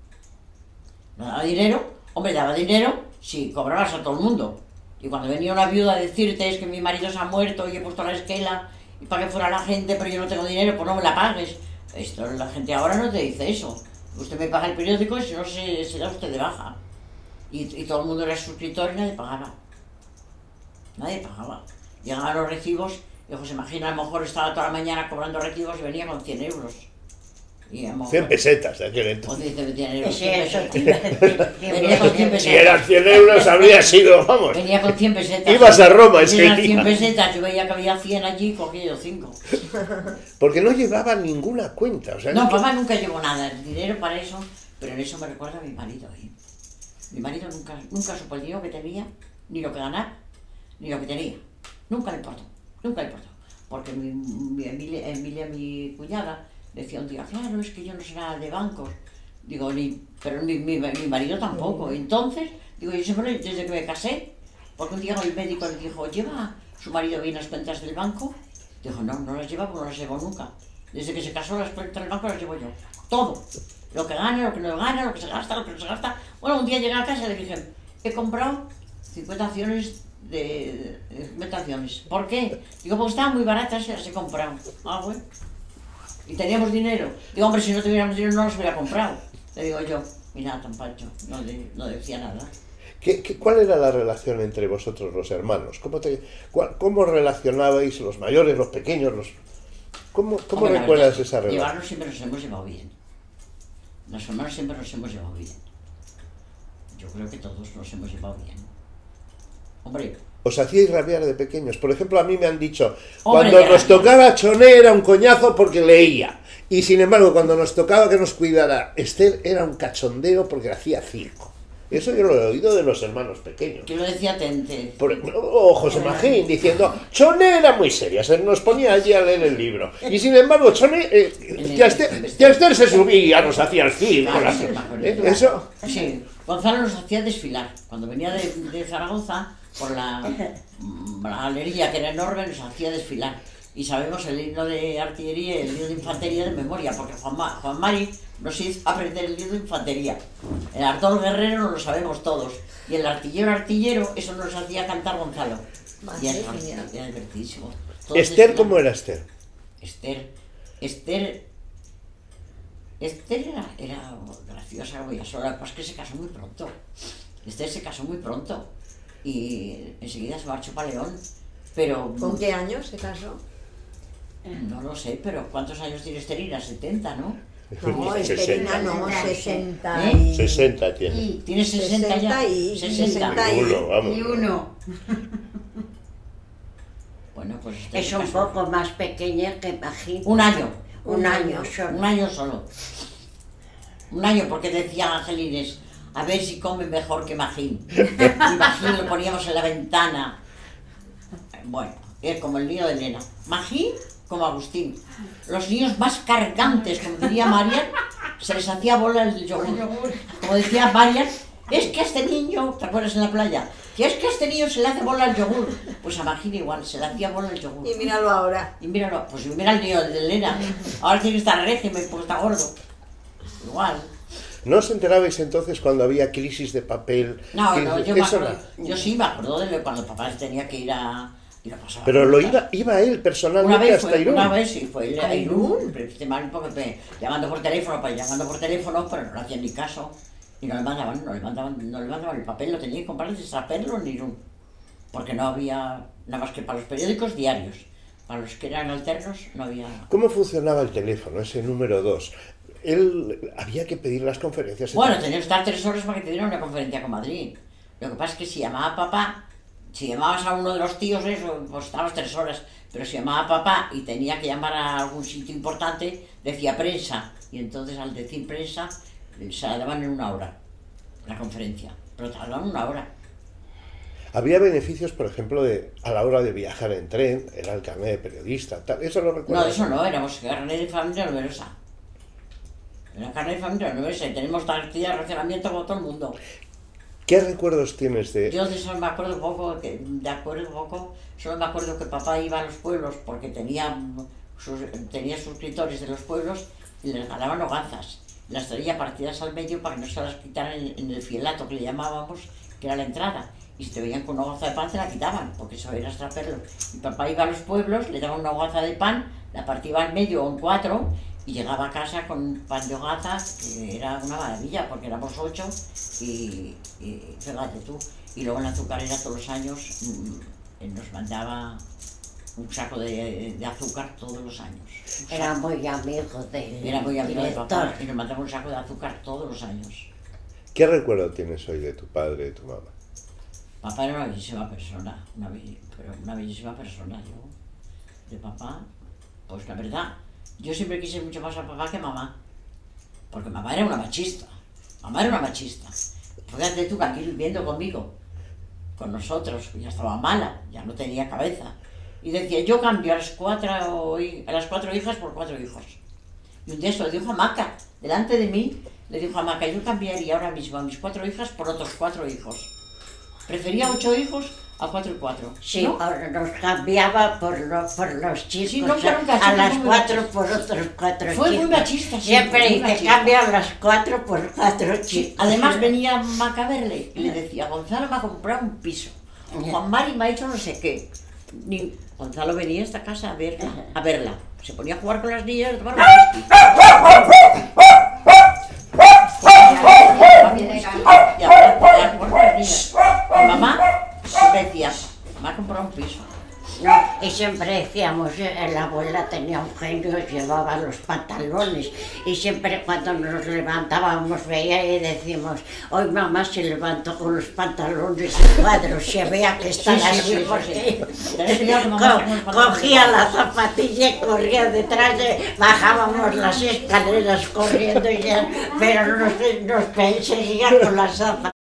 No daba dinero, hombre, daba dinero si cobrabas a todo el mundo. Y cuando venía una viuda a decirte, es que mi marido se ha muerto y he puesto la esquela y para que fuera la gente, pero yo no tengo dinero, pues no me la pagues. Esto, la gente ahora no te dice eso. Usted me paga el periódico y si no se da usted de baja. Y todo el mundo era suscriptor y nadie pagaba. Nadie pagaba. Llegaban los recibos y José Magín a lo mejor estaba toda la mañana cobrando recibos y venía con 100 euros. Y 100 pesetas de aquel O entonces. dice, 100 euros. Sí, eso te iba a decir. Venía con 100 pesetas. Si eran 100 euros habría sido, vamos. Venía con 100 pesetas. Ibas a Roma ese Tenía día. 100 pesetas, yo veía que había 100 allí y cogí yo 5. Porque no llevaba ninguna cuenta. O sea, No, papá nunca llevó nada, el dinero para eso, pero en eso me recuerda a mi marido. Mi marido nunca supo el dinero que tenía, ni lo que ganaba, ni lo que tenía. Nunca le importó, nunca le importó. Porque Emilia, mi cuñada, decía un día, claro, es que yo no sé nada de bancos. Digo, pero mi marido tampoco. Entonces, digo, yo siempre, desde que me casé, porque un día el médico le dijo, ¿lleva su marido bien las cuentas del banco? Dijo, no las lleva porque no las llevo nunca. Desde que se casó las cuentas del banco las llevo yo. Todo. Lo que gana, lo que no gana, lo que se gasta, lo que no se gasta. Bueno, un día llegué a casa y le dije, he comprado 50 acciones de 50 acciones. ¿Por qué? Digo, porque estaban muy baratas y las he comprado. Ah, bueno. Y teníamos dinero. Digo, hombre, si no tuviéramos dinero no las hubiera comprado. Le digo yo, mira, tan pancho, no decía nada. ¿Cuál era la relación entre vosotros los hermanos? ¿Cómo relacionabais los mayores, los pequeños? ¿Cómo Hombre, recuerdas esa relación? Llevarnos siempre nos hemos llevado bien. Los hermanos siempre nos hemos llevado bien. Yo creo que todos nos hemos llevado bien. Hombre, ¿Os hacíais rabiar de pequeños? Por ejemplo, a mí me han dicho, Hombre, cuando ya. nos tocaba Choné era un coñazo porque leía. Y sin embargo, cuando nos tocaba que nos cuidara Esther, era un cachondeo porque hacía circo. Eso yo lo he oído de los hermanos pequeños. que lo decía Tente. O José Magín diciendo, Choné era muy seria, se nos ponía allí a leer el libro. Y sin embargo, Choné, que Esther se subía, nos hacía el circo. Claro, sí, me acuerdo. Eso. Sí, Gonzalo nos hacía desfilar. Cuando venía de Zaragoza, por la galería, que era enorme, nos hacía desfilar. Y sabemos el himno de artillería y el himno de infantería de memoria, porque Juan Mari nos hizo aprender el himno de infantería. El Ardor Guerrero nos lo sabemos todos. Y el artillero, eso nos hacía cantar Gonzalo. Y era divertidísimo. Todos Esther, desfilando. ¿cómo era Esther? Esther era graciosa, como ya sola, pues que se casó muy pronto. Esther se casó muy pronto y enseguida se marchó para León. Pero ¿Con qué años se casó? no lo sé, pero ¿cuántos años tiene Esther? Era 70, ¿no? No, 60. Esterina no, 60 ¿Eh? y... 60 tiene. Y, ¿Tiene 60 ya? 60 y- 60. y- Uno, vamos. y uno. Bueno, pues Esther Es se un casó. poco más pequeña que Magín. Un año. Un año solo. Un año solo. Un año, porque decía Angelines, a ver si come mejor que Magín. Y Magín lo poníamos en la ventana. Bueno, es como el niño de Elena. Magín como Agustín. Los niños más cargantes, como diría Marian, se les hacía bola el yogur. Como decía Marian, es que a este niño, ¿te acuerdas en la playa? Que es que a este niño se le hace bola el yogur. Pues a Magín igual, se le hacía bola el yogur. Y míralo ahora. Y míralo, pues mira el niño de Elena. Ahora tiene que estar régimen porque está gordo. Igual. ¿No os enterabais entonces cuando había crisis de papel? No, yo me Eso acuerdo, no. yo sí me acuerdo de cuando papá tenía que ir a pasar. Pero iba él personalmente una vez hasta fue, Irún. una vez sí fue ¿A a Irún? Irún, precisamente porque llamando por teléfono, pero no le hacían ni caso y no le mandaban el papel, lo tenía que comprar desde Saperlo en Irún, porque no había nada más que para los periódicos diarios, para los que eran alternos no había. ¿Cómo funcionaba el teléfono, ese número 2? Había que pedir las conferencias. Bueno, tenía que estar 3 horas para que te dieran una conferencia con Madrid. Lo que pasa es que si llamaba a papá, Si llamabas a uno de los tíos, eso, pues estabas 3 horas. Pero si llamaba a papá y tenía que llamar a algún sitio importante, decía prensa. Y entonces al decir prensa, se la daban en 1 hora, la conferencia. Pero tardaban 1 hora. Había beneficios, por ejemplo, a la hora de viajar en tren, era el carnet de periodista, tal. ¿Eso lo recuerdas? No, eso no, éramos carnet de familia numerosa. Era carnet de familia numerosa y tenemos tarjeta de racionamiento como todo el mundo. ¿Qué recuerdos tienes de...? Yo de eso me acuerdo poco, solo me acuerdo que papá iba a los pueblos porque tenía suscriptores de los pueblos y les regalaban hogazas. Las traía partidas al medio para que no se las quitaran en el fielato que le llamábamos, que era la entrada. Y si te veían con una hogaza de pan te la quitaban, porque eso era extraperlo. Y papá iba a los pueblos, le daba una hogaza de pan, la partía al medio o en 4 y llegaba a casa con un pan de hogaza, que era una maravilla, porque éramos 8 y fíjate tú. Y luego en la azucarera todos los años nos mandaba un saco de azúcar todos los años. Era muy amigo del Era muy amigo de director. papá y nos mandaba un saco de azúcar todos los años. ¿Qué recuerdo tienes hoy de tu padre y de tu mamá? Papá era una bellísima persona, pero una bellísima persona. Yo, de papá, pues la verdad, yo siempre quise mucho más a papá que a mamá, porque mamá era una machista. Fíjate tú que aquí viviendo conmigo, con nosotros, ya estaba mala, ya no tenía cabeza. Y decía, yo cambio a las 4 hijas por 4 hijos. Y un día se lo dijo a Maca, delante de mí, le dijo a Maca, yo cambiaría ahora mismo a mis 4 hijas por otros 4 hijos. Prefería 8 hijos a 4 y 4. Sí, ¿no? nos cambiaba por los chicos. Sí, no, claro, a las muy 4 machista. por otros 4 chicos. Fue muy machista, Siempre muy dice, machista. cambia a las 4 por 4 chicos. Además venía Maca a verle y le decía, Gonzalo me ha comprado un piso, Juan Mari me ha hecho no sé qué. Gonzalo venía a esta casa a verla. Se ponía a jugar con las niñas, a tomar whisky. Y a jugar con las niñas. Y mamá siempre decía, me ha comprado un piso. No, y siempre decíamos, la abuela tenía un genio, llevaba los pantalones y siempre cuando nos levantábamos veía y decimos, hoy mamá se levantó con los pantalones de cuadro, se vea que está así, porque cogía la zapatilla y corría detrás, bajábamos las escaleras corriendo, pero nos perseguía con la zapatillas.